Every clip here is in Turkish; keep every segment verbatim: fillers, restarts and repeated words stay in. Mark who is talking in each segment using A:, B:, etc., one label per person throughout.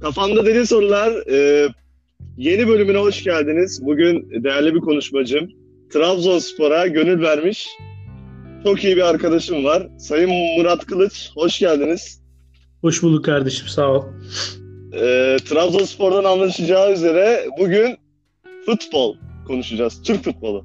A: Kafamda Deli Sorular e, yeni bölümüne hoş geldiniz. Bugün değerli bir konuşmacım, Trabzonspor'a gönül vermiş çok iyi bir arkadaşım var. Sayın Murat Kılıç, hoş geldiniz.
B: Hoş bulduk kardeşim, sağ ol.
A: E, Trabzonspor'dan anlaşılacağı üzere bugün futbol konuşacağız, Türk futbolu.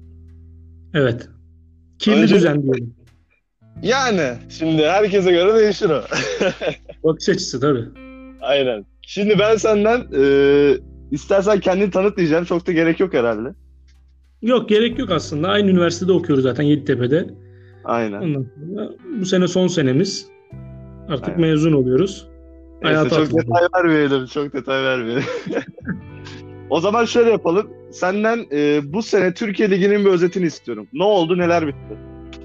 B: Evet, kirli
A: Önce,
B: düzen diyelim.
A: Yani şimdi herkese göre değişir o.
B: Bakış açısı tabii.
A: Aynen. Şimdi ben senden e, istersen kendini tanıt diyeceğim. Çok da gerek yok herhalde.
B: Yok, gerek yok aslında. Aynı üniversitede okuyoruz zaten, Yeditepe'de.
A: Aynen.
B: Ondan sonra bu sene son senemiz. Artık
A: Aynen.
B: mezun oluyoruz.
A: Neyse,
B: Hayata
A: çok
B: atılıyoruz.
A: detay vermeyelim. Çok detay vermeyelim. O zaman şöyle yapalım. Senden e, bu sene Türkiye Ligi'nin bir özetini istiyorum. Ne oldu, neler bitti?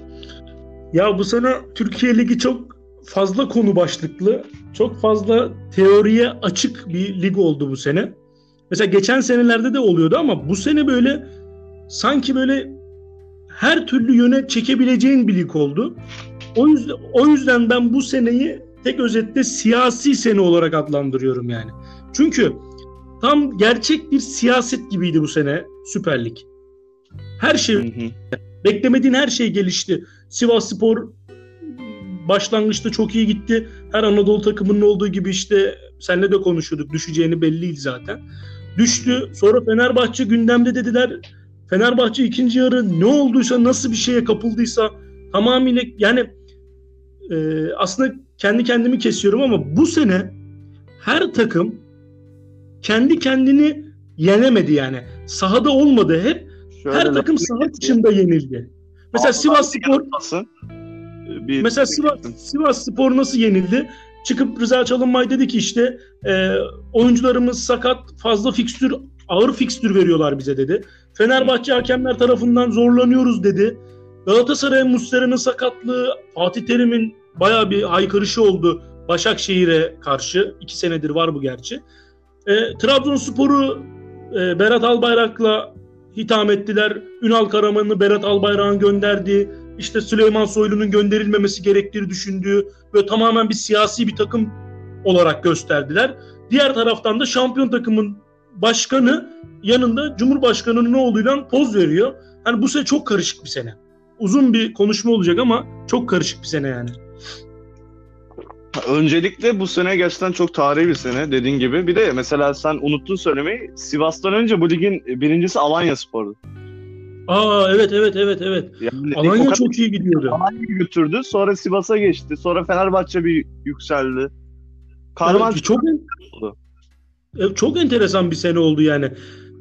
B: Ya bu sene Türkiye Ligi çok fazla konu başlıklı, çok fazla teoriye açık bir lig oldu bu sene. Mesela geçen senelerde de oluyordu ama bu sene böyle sanki böyle her türlü yöne çekebileceğin bir lig oldu. O yüzden, o yüzden ben bu seneyi tek özetle siyasi sene olarak adlandırıyorum yani. Çünkü tam gerçek bir siyaset gibiydi bu sene Süper Lig. Her şey,
A: Hı hı.
B: beklemediğin her şey gelişti. Sivasspor başlangıçta çok iyi gitti. Her Anadolu takımının olduğu gibi işte seninle de konuşuyorduk. Düşeceğini belliydi zaten. Düştü. Sonra Fenerbahçe gündemde dediler. Fenerbahçe ikinci yarı ne olduysa, nasıl bir şeye kapıldıysa tamamıyla yani e, aslında kendi kendimi kesiyorum ama bu sene her takım kendi kendini yenemedi yani. Sahada olmadı hep.
A: Şöyle
B: Her takım
A: lafını
B: saha
A: keseyim.
B: dışında yenildi. Mesela Sivasspor
A: Olmasın. Bir
B: Mesela Sivas, Sivasspor nasıl yenildi? Çıkıp Rıza Çalınbay dedi ki işte e, oyuncularımız sakat, fazla fikstür, ağır fikstür veriyorlar bize dedi. Fenerbahçe hakemler tarafından zorlanıyoruz dedi. Galatasaray'ın Muslera'nın sakatlığı, Fatih Terim'in bayağı bir haykırışı oldu Başakşehir'e karşı. İki senedir var bu gerçi. E, Trabzonspor'u e, Berat Albayrak'la hitam ettiler. Ünal Karaman'ı Berat Albayrak'ın gönderdiği, işte Süleyman Soylu'nun gönderilmemesi gerektiğini düşündüğü ve tamamen bir siyasi bir takım olarak gösterdiler. Diğer taraftan da şampiyon takımın başkanı yanında Cumhurbaşkanı'nın oğluyla poz veriyor. Hani bu sene çok karışık bir sene. Uzun bir konuşma olacak ama çok karışık bir sene yani.
A: Öncelikle bu sene gerçekten çok tarihi bir sene dediğin gibi. Bir de mesela sen unuttun söylemeyi. Sivas'tan önce bu ligin birincisi Alanyaspor'du.
B: Aa evet evet evet evet.
A: Yani
B: Alanya çok iyi gidiyordu.
A: Alanya'yı götürdü. Sonra Sivas'a geçti. Sonra Fenerbahçe bir yükseldi. Kahraman
B: Evet, çok
A: oldu.
B: çok enteresan bir sene oldu yani.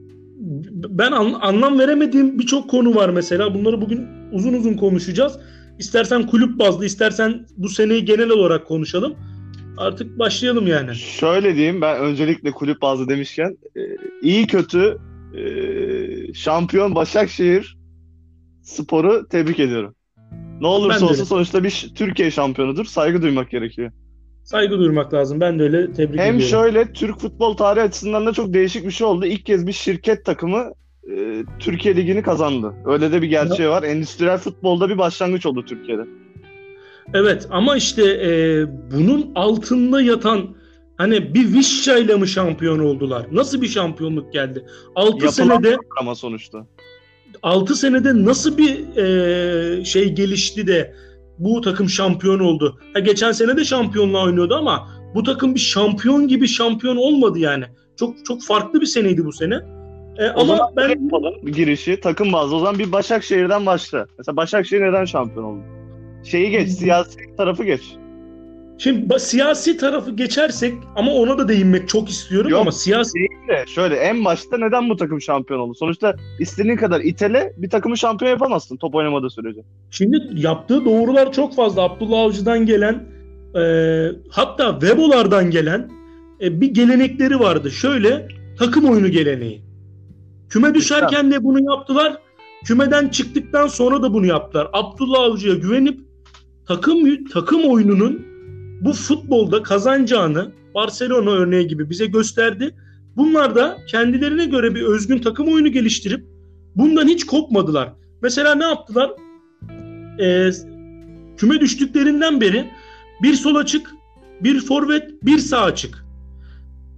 B: Ben an, anlam veremediğim birçok konu var mesela. Bunları bugün uzun uzun konuşacağız. İstersen kulüp bazlı, istersen bu seneyi genel olarak konuşalım. Artık başlayalım yani.
A: Şöyle diyeyim, ben öncelikle kulüp bazlı demişken e, iyi kötü e, şampiyon Başakşehir Sporu tebrik ediyorum. Ne olursa
B: Ben de
A: olsun
B: öyle.
A: sonuçta bir ş- Türkiye şampiyonudur. Saygı duymak gerekiyor.
B: Saygı duymak lazım. Ben de öyle tebrik
A: Hem
B: ediyorum.
A: şöyle Türk futbol tarihi açısından da çok değişik bir şey oldu. İlk kez bir şirket takımı e, Türkiye Ligi'ni kazandı. Öyle de bir gerçeği var. Endüstriyel futbolda bir başlangıç oldu Türkiye'de.
B: Evet ama işte e, bunun altında yatan hani bir Vişça'yla mı şampiyon oldular? Nasıl bir şampiyonluk geldi? altı
A: Yapılan
B: senede
A: ama sonuçta.
B: altı senede nasıl bir e, şey gelişti de bu takım şampiyon oldu? Ha, geçen sene de şampiyonluğa oynuyordu ama bu takım bir şampiyon gibi şampiyon olmadı yani. Çok çok farklı bir seneydi bu sene. E,
A: O zaman
B: ama ben
A: yapalım girişi takım bazlı. O zaman bir Başakşehir'den başla. Mesela Başakşehir neden şampiyon oldu? Şeyi geç, siyasi tarafı geç.
B: şimdi ba- siyasi tarafı geçersek ama ona da değinmek çok istiyorum
A: Yok,
B: ama siyasi
A: değil de şöyle en başta neden bu takım şampiyon oldu? Sonuçta istediğin kadar itele bir takımı şampiyon yapamazsın top oynamadığı sürece.
B: şimdi yaptığı doğrular çok fazla. Abdullah Avcı'dan gelen e, hatta Vebolar'dan gelen e, bir gelenekleri vardı. Şöyle takım oyunu geleneği. Küme düşerken de bunu yaptılar. Kümeden çıktıktan sonra da bunu yaptılar. Abdullah Avcı'ya güvenip takım takım oyununun bu futbolda kazanacağını Barcelona örneği gibi bize gösterdi. Bunlar da kendilerine göre bir özgün takım oyunu geliştirip bundan hiç kopmadılar. Mesela ne yaptılar? Ee, küme düştüklerinden beri bir sol açık, bir forvet, bir sağ açık.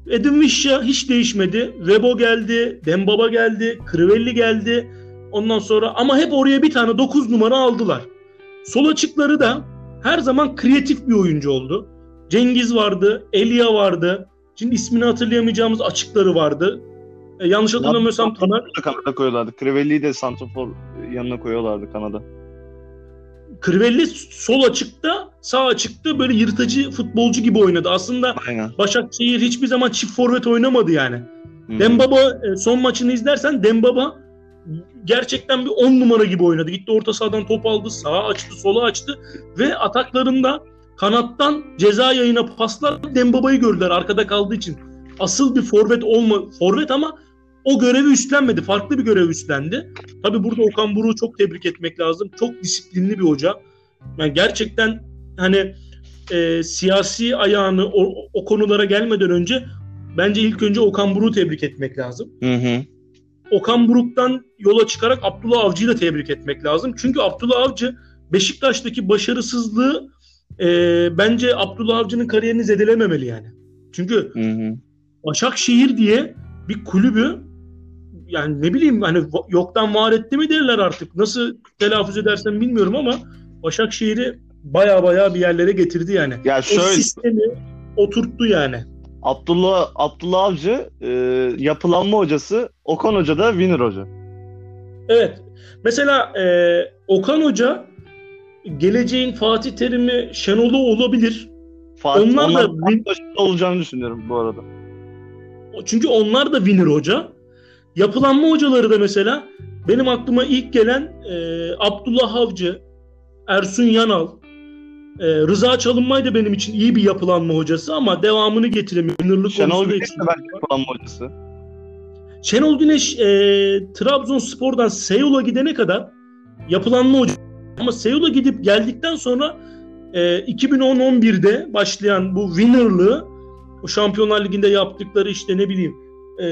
B: Edin Visca hiç değişmedi. Vebo geldi, Dembaba geldi, Crivelli geldi. Ondan sonra ama hep oraya bir tane dokuz numara aldılar. Sol açıkları da her zaman kreatif bir oyuncu oldu. Cengiz vardı, Elia vardı. Şimdi ismini hatırlayamayacağımız açıkları vardı. E, yanlış hatırlamıyorsam Taner.
A: Kanada koyuyorlardı. Crivelli'yi de santrafor yanına koyuyorlardı Kanada.
B: Crivelli sol açıkta, sağ açıkta böyle yırtıcı futbolcu gibi oynadı. Aslında
A: Aynen.
B: Başakşehir hiçbir zaman çift forvet oynamadı yani.
A: Hmm.
B: Dembaba son maçını izlersen Dembaba gerçekten bir on numara gibi oynadı. Gitti orta sahadan top aldı, sağa açtı, sola açtı ve ataklarında kanattan ceza yayına paslar Dembaba'yı gördüler arkada kaldığı için. Asıl bir forvet olma forvet ama o görevi üstlenmedi. Farklı bir görev üstlendi. Tabii burada Okan Buruk'u çok tebrik etmek lazım. Çok disiplinli bir hoca. Yani gerçekten hani e, siyasi ayağını o, o konulara gelmeden önce bence ilk önce Okan Buruk'u tebrik etmek lazım.
A: Hı hı.
B: Okan Buruk'tan yola çıkarak Abdullah Avcı'yı da tebrik etmek lazım. Çünkü Abdullah Avcı Beşiktaş'taki başarısızlığı e, bence Abdullah Avcı'nın kariyerini zedelememeli yani. Çünkü
A: Hı hı.
B: Başakşehir diye bir kulübü yani ne bileyim hani yoktan var etti mi derler artık. Nasıl telaffuz edersem bilmiyorum ama Başakşehir'i baya baya bir yerlere getirdi yani.
A: Ya şöyle,
B: o sistemi oturttu yani.
A: Abdullah Abdullah Avcı e, yapılanma hocası, Okan Hoca da winner hoca.
B: Evet. Mesela e, Okan Hoca geleceğin Fatih Terim'i, Şenol'u olabilir.
A: Fatih,
B: onlar,
A: onlar
B: da win...
A: olacağını düşünüyorum bu arada.
B: Çünkü onlar da winner hoca. Yapılanma hocaları da mesela benim aklıma ilk gelen e, Abdullah Avcı, Ersun Yanal, e, Rıza Çalınbay da benim için iyi bir yapılanma hocası ama devamını getiremiyor. Winner'lık
A: Şenol
B: konusunda
A: Güneş de bence yapılanma hocası.
B: Şenol Güneş e, Trabzonspor'dan Seul'a gidene kadar yapılanma hoca. Ama Seul'a gidip geldikten sonra e, iki bin on on birde başlayan bu winner'lığı, o Şampiyonlar Ligi'nde yaptıkları işte ne bileyim e,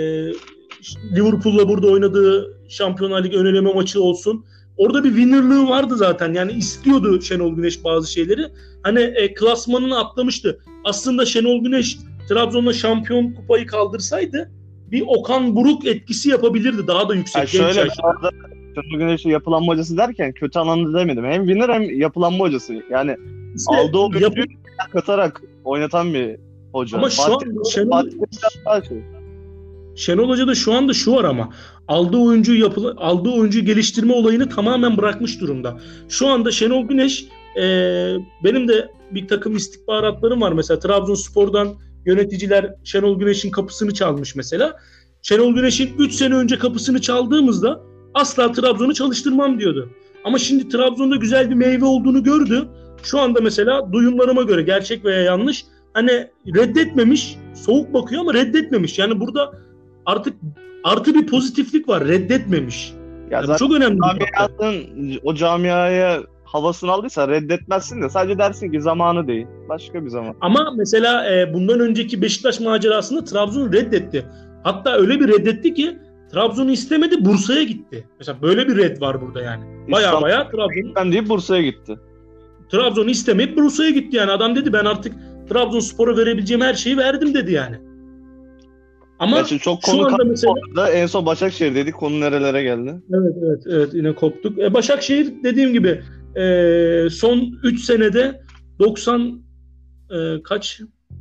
B: Liverpool'la burada oynadığı Şampiyonlar Ligi ön eleme maçı olsun. Orada bir winner'lığı vardı zaten. Yani istiyordu Şenol Güneş bazı şeyleri. Hani e, klasmanını atlamıştı. Aslında Şenol Güneş Trabzon'la şampiyon kupayı kaldırsaydı bir Okan Buruk etkisi yapabilirdi. Daha da yüksek.
A: Yani şöyle Şenol Güneş'in yapılanma hocası derken kötü anlamda demedim. Hem winner hem yapılanma hocası. Yani işte aldığı o
B: yapı...
A: katarak oynatan bir hoca.
B: Ama şu
A: Fatih,
B: an Şenol...
A: Fatih, şey.
B: Şenol Hoca'da şu anda şu var ama aldığı oyuncuyu yapılı, aldığı oyuncuyu geliştirme olayını tamamen bırakmış durumda. Şu anda Şenol Güneş e, benim de bir takım istihbaratlarım var mesela Trabzonspor'dan yöneticiler Şenol Güneş'in kapısını çalmış mesela. Şenol Güneş'in üç sene önce kapısını çaldığımızda asla Trabzon'u çalıştırmam diyordu. Ama şimdi Trabzon'da güzel bir meyve olduğunu gördü. Şu anda mesela duyumlarıma göre gerçek veya yanlış hani reddetmemiş, soğuk bakıyor ama reddetmemiş. Yani burada artık artı bir pozitiflik var. Reddetmemiş.
A: Ya
B: yani çok önemli.
A: Camiasın, o camiaya havasını aldıysa reddetmezsin de sadece dersin ki zamanı değil. Başka bir zaman.
B: Ama mesela e, bundan önceki Beşiktaş macerasında Trabzon'u reddetti. Hatta öyle bir reddetti ki Trabzon'u istemedi, Bursa'ya gitti. Mesela böyle bir red var burada yani. Baya baya Trabzon'u
A: deyip Bursa'ya gitti.
B: Trabzon'u istemeyip Bursa'ya gitti yani. Adam dedi ben artık Trabzonspor'a verebileceğim her şeyi verdim dedi yani. Ama
A: Gerçi çok konu
B: şu anda mesela
A: da en son Başakşehir dedik. Konu nerelere geldi?
B: Evet evet evet yine koptuk. E, Başakşehir dediğim gibi e, son üç senede doksan e, kaç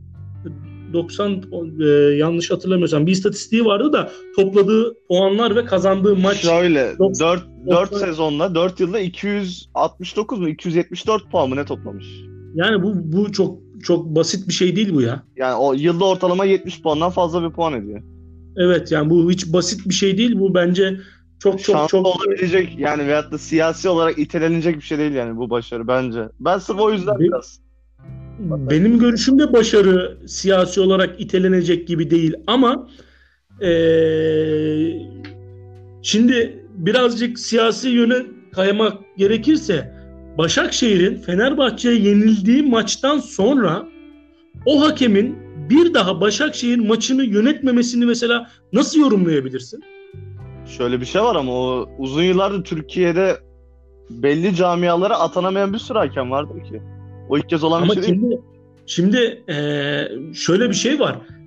B: doksan e, yanlış hatırlamıyorsam bir istatistiği vardı da topladığı puanlar ve kazandığı maç.
A: Şöyle
B: doksan,
A: dört sezonla dört yılda iki yüz altmış dokuz mu iki yüz yetmiş dört puan mı ne toplamış?
B: Yani bu bu çok çok basit bir şey değil bu ya.
A: Yani o yılda ortalama yetmiş puandan fazla bir puan ediyor.
B: Evet yani bu hiç basit bir şey değil. Bu bence çok çok
A: Şanslı
B: çok
A: olabilecek yani veyahut da siyasi olarak itelenecek bir şey değil yani bu başarı bence. Ben sırf o yüzden
B: Be-
A: biraz.
B: Benim görüşümde başarı siyasi olarak itelenecek gibi değil ama ee, şimdi birazcık siyasi yöne kaymak gerekirse Başakşehir'in Fenerbahçe'ye yenildiği maçtan sonra o hakemin bir daha Başakşehir maçını yönetmemesini mesela nasıl yorumlayabilirsin?
A: Şöyle bir şey var ama o uzun yıllardır Türkiye'de belli camialara atanamayan bir sürü hakem vardır ki. O ilk kez olan
B: Ama
A: bir şey değil.
B: Şimdi, şimdi ee, şöyle bir şey var.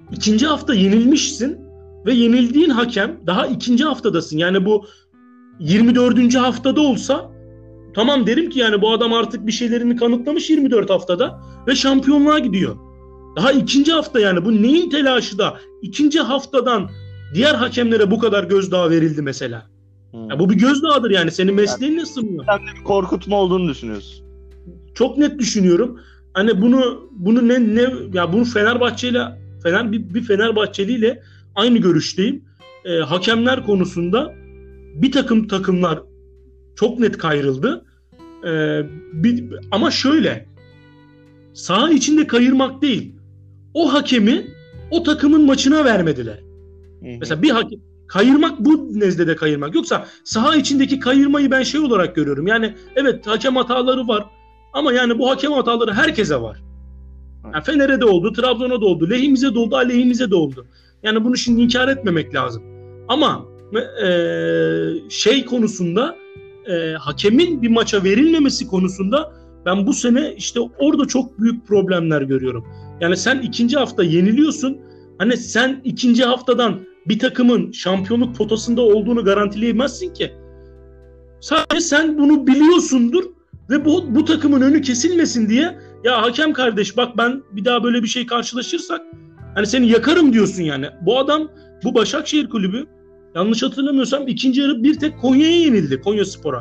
B: ikinci hafta yenilmişsin ve yenildiğin hakem daha ikinci haftadasın. Yani bu yirmi dördüncü haftada olsa tamam derim ki yani bu adam artık bir şeylerini kanıtlamış yirmi dört haftada ve şampiyonluğa gidiyor. Daha ikinci hafta, yani bu neyin telaşı da ikinci haftadan diğer hakemlere bu kadar gözdağı verildi mesela. Hmm. Ya bu bir gözdağıdır yani, senin mesleğinle sınıyor.
A: Sen de bir korkutma olduğunu düşünüyorsun.
B: Çok net düşünüyorum. Hani bunu bunu ne ne ya bunu Fenerbahçe'yle Fener bir, bir Fenerbahçeliyle aynı görüşteyim. E, hakemler konusunda bir takım takımlar çok net kayrıldı. E, bir, ama şöyle, saha içinde kayırmak değil. O hakemi o takımın maçına vermediler. Hı hı. Mesela bir hakem kayırmak, bu nezdede kayırmak. Yoksa saha içindeki kayırmayı ben şey olarak görüyorum. Yani evet, hakem hataları var. Ama yani bu hakem hataları herkese var. Yani Fener'e de oldu, Trabzon'a da oldu, lehimize de oldu, aleyhimize de oldu. Yani bunu şimdi inkar etmemek lazım. Ama e, şey konusunda, e, hakemin bir maça verilmemesi konusunda ben bu sene işte orada çok büyük problemler görüyorum. Yani sen ikinci hafta yeniliyorsun. Hani sen ikinci haftadan bir takımın şampiyonluk potasında olduğunu garantileyemezsin ki. Sadece sen bunu biliyorsundur ve bu, bu takımın önü kesilmesin diye, ya hakem kardeş bak ben bir daha böyle bir şey karşılaşırsak hani seni yakarım diyorsun yani. Bu adam, bu Başakşehir kulübü yanlış hatırlamıyorsam ikinci yarı bir tek Konya'ya yenildi, Konyaspor'a.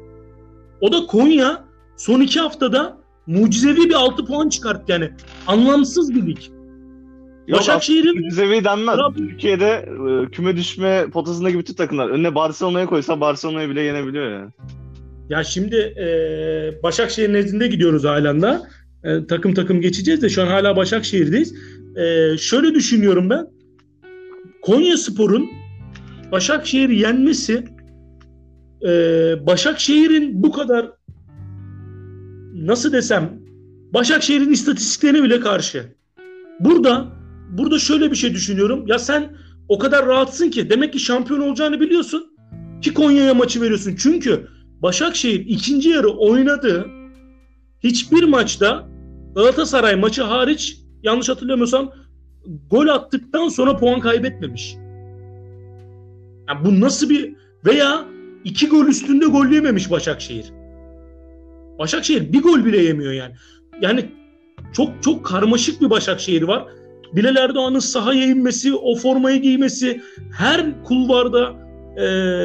B: O da Konya son iki haftada mucizevi bir altı puan çıkarttı yani. Anlamsız bir lig.
A: Başakşehir'in mucizevi denmez. Trab- Türkiye'de e, küme düşme potasındaki bütün takımlar önüne Barcelona'yı koysa Barcelona'yı bile yenebiliyor yani.
B: Ya şimdi e, Başakşehir nezdinde gidiyoruz halen de. E, takım takım geçeceğiz de şu an hala Başakşehir'deyiz. E, şöyle düşünüyorum ben. Konyaspor'un Başakşehir'i yenmesi, e, Başakşehir'in bu kadar, nasıl desem, Başakşehir'in istatistiklerine bile karşı. Burada burada şöyle bir şey düşünüyorum. Ya sen o kadar rahatsın ki demek ki şampiyon olacağını biliyorsun ki Konya'ya maçı veriyorsun. Çünkü Başakşehir ikinci yarı oynadığı hiçbir maçta Galatasaray maçı hariç, yanlış hatırlamıyorsam, gol attıktan sonra puan kaybetmemiş. Yani bu nasıl bir, veya iki gol üstünde gol yememiş Başakşehir. Başakşehir bir gol bile yemiyor yani. Yani çok çok karmaşık bir Başakşehir var. Bilal Erdoğan'ın sahaya inmesi, o formayı giymesi, her kulvarda ee,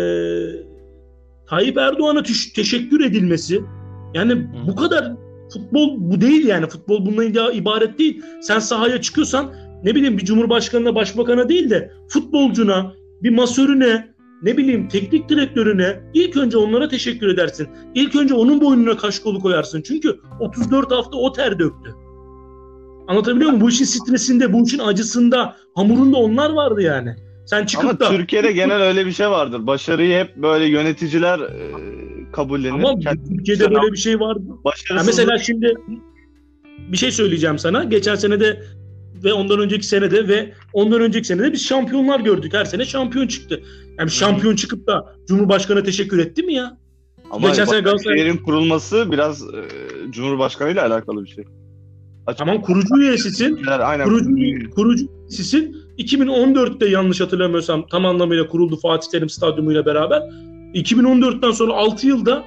B: Tayyip Erdoğan'a teş- teşekkür edilmesi. Yani Hı. bu kadar futbol bu değil yani. Futbol bundan ibaret değil. Sen sahaya çıkıyorsan ne bileyim bir cumhurbaşkanına, başbakana değil de futbolcuna, bir masörüne, ne bileyim teknik direktörüne ilk önce onlara teşekkür edersin. İlk önce onun boynuna kaş kolu koyarsın. Çünkü otuz dört hafta o ter döktü. Anlatabiliyor muyum? Bu işin stresinde, bu işin acısında, hamurunda onlar vardı yani. Sen çıkıp
A: Ama
B: da...
A: Türkiye'de genel öyle bir şey vardır. Başarıyı hep böyle yöneticiler e, kabullenir.
B: Ama Türkiye'de böyle bir şey vardı. Ya mesela şimdi bir şey söyleyeceğim sana. Geçen sene de ve ondan önceki senede ve ondan önceki senede biz şampiyonlar gördük. Her sene şampiyon çıktı. Yani şampiyon çıkıp da Cumhurbaşkanı teşekkür etti mi ya?
A: Ama geçen sene Galatasaray'ın kurulması biraz e, Cumhurbaşkanı ile alakalı bir şey.
B: Açık tamam, kurucu üyesisin.
A: Aynen.
B: Kurucu, kurucu üyesisin. iki bin on dörtte yanlış hatırlamıyorsam tam anlamıyla kuruldu Fatih Terim Stadyumu ile beraber. iki bin on dörtten sonra altı yılda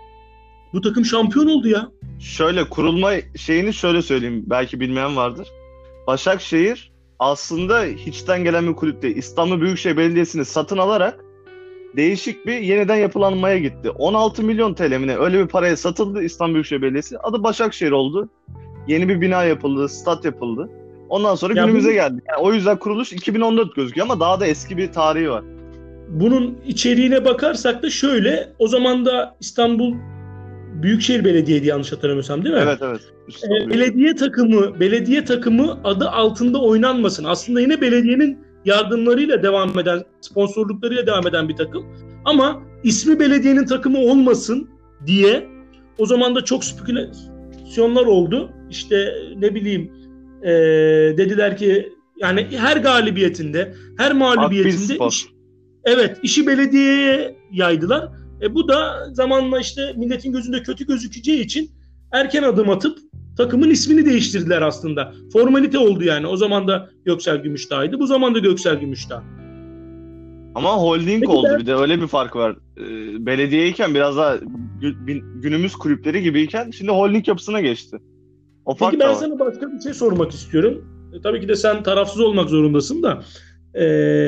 B: bu takım şampiyon oldu ya.
A: Şöyle kurulma şeyini şöyle söyleyeyim. Belki bilmeyen vardır. Başakşehir aslında hiçten gelen bir kulüp değil. İstanbul Büyükşehir Belediyesi'ni satın alarak değişik bir yeniden yapılanmaya gitti. on altı milyon T L mi ne öyle bir paraya satıldı İstanbul Büyükşehir Belediyesi. Adı Başakşehir oldu. Yeni bir bina yapıldı, stat yapıldı. Ondan sonra ya günümüze bu, geldik. Yani o yüzden kuruluş iki bin on dört gözüküyor ama daha da eski bir tarihi var.
B: Bunun içeriğine bakarsak da şöyle, o zaman da İstanbul Büyükşehir Belediye'ydi yanlış hatırlamıyorsam, değil mi?
A: Evet evet.
B: Ee, belediye takımı, belediye takımı adı altında oynanmasın. Aslında yine belediyenin yardımlarıyla devam eden, sponsorluklarıyla devam eden bir takım. Ama ismi belediyenin takımı olmasın diye o zaman da çok spekülasyonlar oldu. İşte ne bileyim e, dediler ki yani her galibiyetinde, her mağlubiyetinde iş, evet işi belediyeye yaydılar. E, bu da zamanla işte milletin gözünde kötü gözükeceği için erken adım atıp takımın ismini değiştirdiler aslında. Formalite oldu yani. O zaman da Göksel Gümüşdağ'ydı. Bu zaman da Göksel Gümüşdağ.
A: Ama holding
B: Peki
A: oldu
B: ben...
A: bir de öyle bir fark var. Ee, belediyeyken biraz daha gü- günümüz kulüpleri gibiyken şimdi holding yapısına geçti. O fark
B: Peki
A: da
B: ben
A: var.
B: sana başka bir şey sormak istiyorum. E, tabii ki de sen tarafsız olmak zorundasın da e,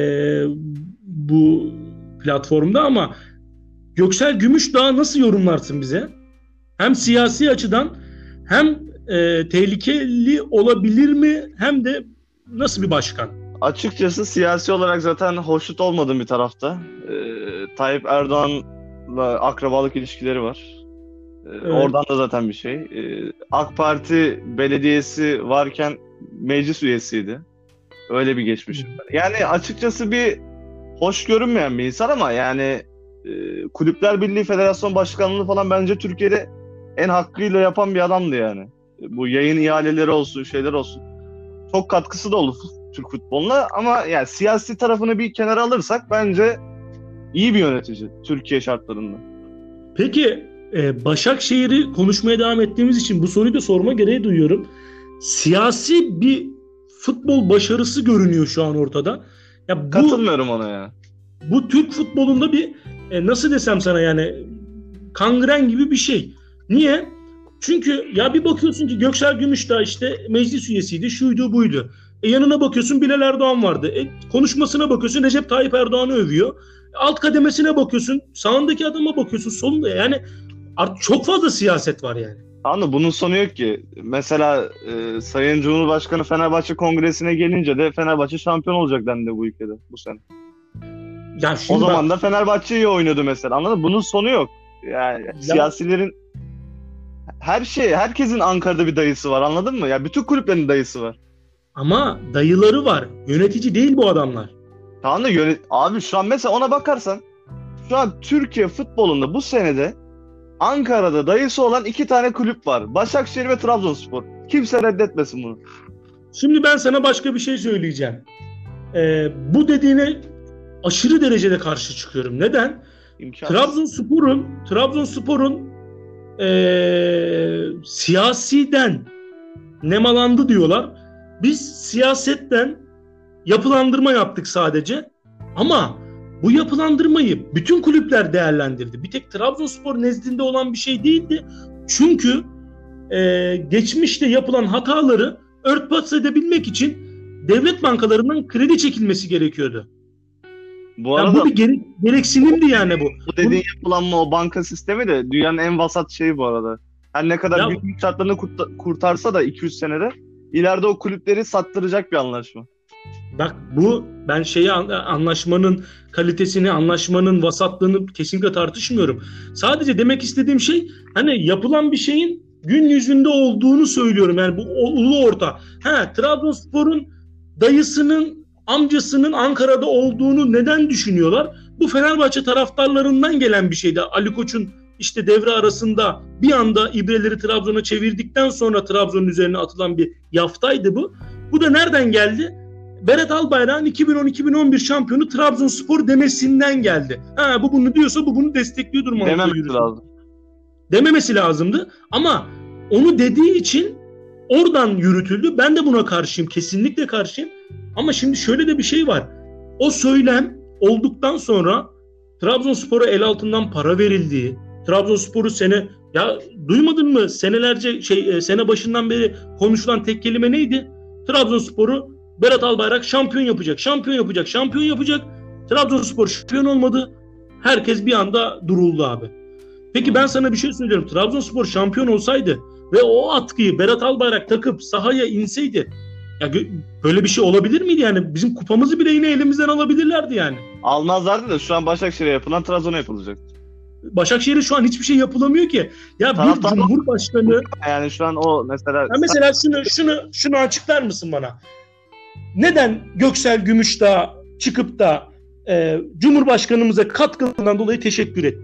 B: bu platformda ama Göksel Gümüşdağ nasıl yorumlarsın bize? Hem siyasi açıdan hem e, tehlikeli olabilir mi hem de nasıl bir başkan?
A: Açıkçası siyasi olarak zaten hoşnut olmadığım bir tarafta. Ee, Tayyip Erdoğan'la akrabalık ilişkileri var. Ee,
B: Evet.
A: Oradan da zaten bir şey. Ee, AK Parti belediyesi varken meclis üyesiydi. Öyle bir geçmişim var. Yani açıkçası bir hoş görünmeyen bir insan ama yani e, Kulüpler Birliği Federasyon Başkanlığı falan bence Türkiye'de en hakkıyla yapan bir adamdı yani. Bu yayın ihaleleri olsun, şeyler olsun. Çok katkısı da oldu Türk futboluna ama yani siyasi tarafını bir kenara alırsak bence iyi bir yönetici Türkiye şartlarında.
B: Peki e, Başakşehir'i konuşmaya devam ettiğimiz için bu soruyu da sorma gereği duyuyorum. Siyasi bir futbol başarısı görünüyor şu an ortada. Ya bu,
A: Katılmıyorum ona ya.
B: Bu Türk futbolunda bir e, nasıl desem sana yani kangren gibi bir şey. Niye? Çünkü ya bir bakıyorsun ki Göksel Gümüşdağ işte meclis üyesiydi, şuydu buydu. E yanına bakıyorsun Bilal Erdoğan vardı. E konuşmasına bakıyorsun Recep Tayyip Erdoğan'ı övüyor. E alt kademesine bakıyorsun, sağındaki adama bakıyorsun, solunda yani artık çok fazla siyaset var yani.
A: Anladın, bunun sonu yok ki. Mesela e, Sayın Cumhurbaşkanı Fenerbahçe Kongresine gelince de Fenerbahçe şampiyon olacak dendi bu ülkede bu sene.
B: Ya
A: O zaman bak, da Fenerbahçe iyi oynadı mesela. Anladın mı? Bunun sonu yok. Yani ya, siyasilerin her şey, herkesin Ankara'da bir dayısı var, anladın mı? Ya bütün kulüplerin dayısı var.
B: Ama dayıları var. Yönetici değil bu adamlar.
A: Tamam da yönet... Abi şu an mesela ona bakarsan şu an Türkiye futbolunda bu senede Ankara'da dayısı olan iki tane kulüp var. Başakşehir ve Trabzonspor. Kimse reddetmesin bunu.
B: Şimdi ben sana başka bir şey söyleyeceğim. Ee, bu dediğine aşırı derecede karşı çıkıyorum. Neden?
A: İmkansız.
B: Trabzonspor'un Trabzonspor'un ee, siyasiden nemalandı diyorlar. Biz siyasetten yapılandırma yaptık sadece. Ama bu yapılandırmayı bütün kulüpler değerlendirdi. Bir tek Trabzonspor nezdinde olan bir şey değildi. Çünkü e, geçmişte yapılan hataları örtbas edebilmek için devlet bankalarından kredi çekilmesi gerekiyordu.
A: Bu
B: yani
A: arada
B: bu bir gere- gereksinimdi yani bu.
A: Bu dediğin yapılanma, o banka sistemi de dünyanın en vasat şeyi bu arada. Her ne kadar
B: Ya,
A: günlük şartlarını kurt- kurtarsa da iki üç senede ileride o kulüpleri sattıracak bir anlaşma.
B: Bak bu ben şeyi anlaşmanın kalitesini, anlaşmanın vasatlığını kesinlikle tartışmıyorum. Sadece demek istediğim şey hani yapılan bir şeyin gün yüzünde olduğunu söylüyorum. Yani bu ulu orta. Ha, Trabzonspor'un dayısının, amcasının Ankara'da olduğunu neden düşünüyorlar? Bu Fenerbahçe taraftarlarından gelen bir şeydi. Ali Koç'un işte devre arasında bir anda ibreleri Trabzon'a çevirdikten sonra Trabzon'un üzerine atılan bir yaftaydı bu. Bu da nereden geldi? Berat Albayrak'ın iki bin on iki bin on bir şampiyonu Trabzonspor demesinden geldi. Ha, bu bunu diyorsa bu bunu destekliyordur mantığı
A: Dememesi
B: yürüsün.
A: lazım.
B: Dememesi lazımdı ama onu dediği için oradan yürütüldü. Ben de buna karşıyım. Kesinlikle karşıyım. Ama şimdi şöyle de bir şey var. O söylem olduktan sonra Trabzonspor'a el altından para verildiği, Trabzonspor'u sene ya duymadın mı? Senelerce şey sene başından beri konuşulan tek kelime neydi? Trabzonspor'u Berat Albayrak şampiyon yapacak, şampiyon yapacak, şampiyon yapacak. Trabzonspor şampiyon olmadı. Herkes bir anda duruldu abi. Peki ben sana bir şey söylüyorum. Trabzonspor şampiyon olsaydı ve o atkıyı Berat Albayrak takıp sahaya inseydi ya böyle bir şey olabilir miydi yani? Bizim kupamızı bile yine elimizden alabilirlerdi yani.
A: Almazlardı da şu an Başakşehir'e yapılan Trabzon'a yapılacak.
B: Başakşehir'e şu an hiçbir şey yapılamıyor ki. Ya bir Cumhurbaşkanı
A: yani şu an o mesela
B: ya mesela şunu şunu şunu açıklar mısın bana? Neden Göksel Gümüşdağ çıkıp da e, Cumhurbaşkanımıza katkılarından dolayı teşekkür etti?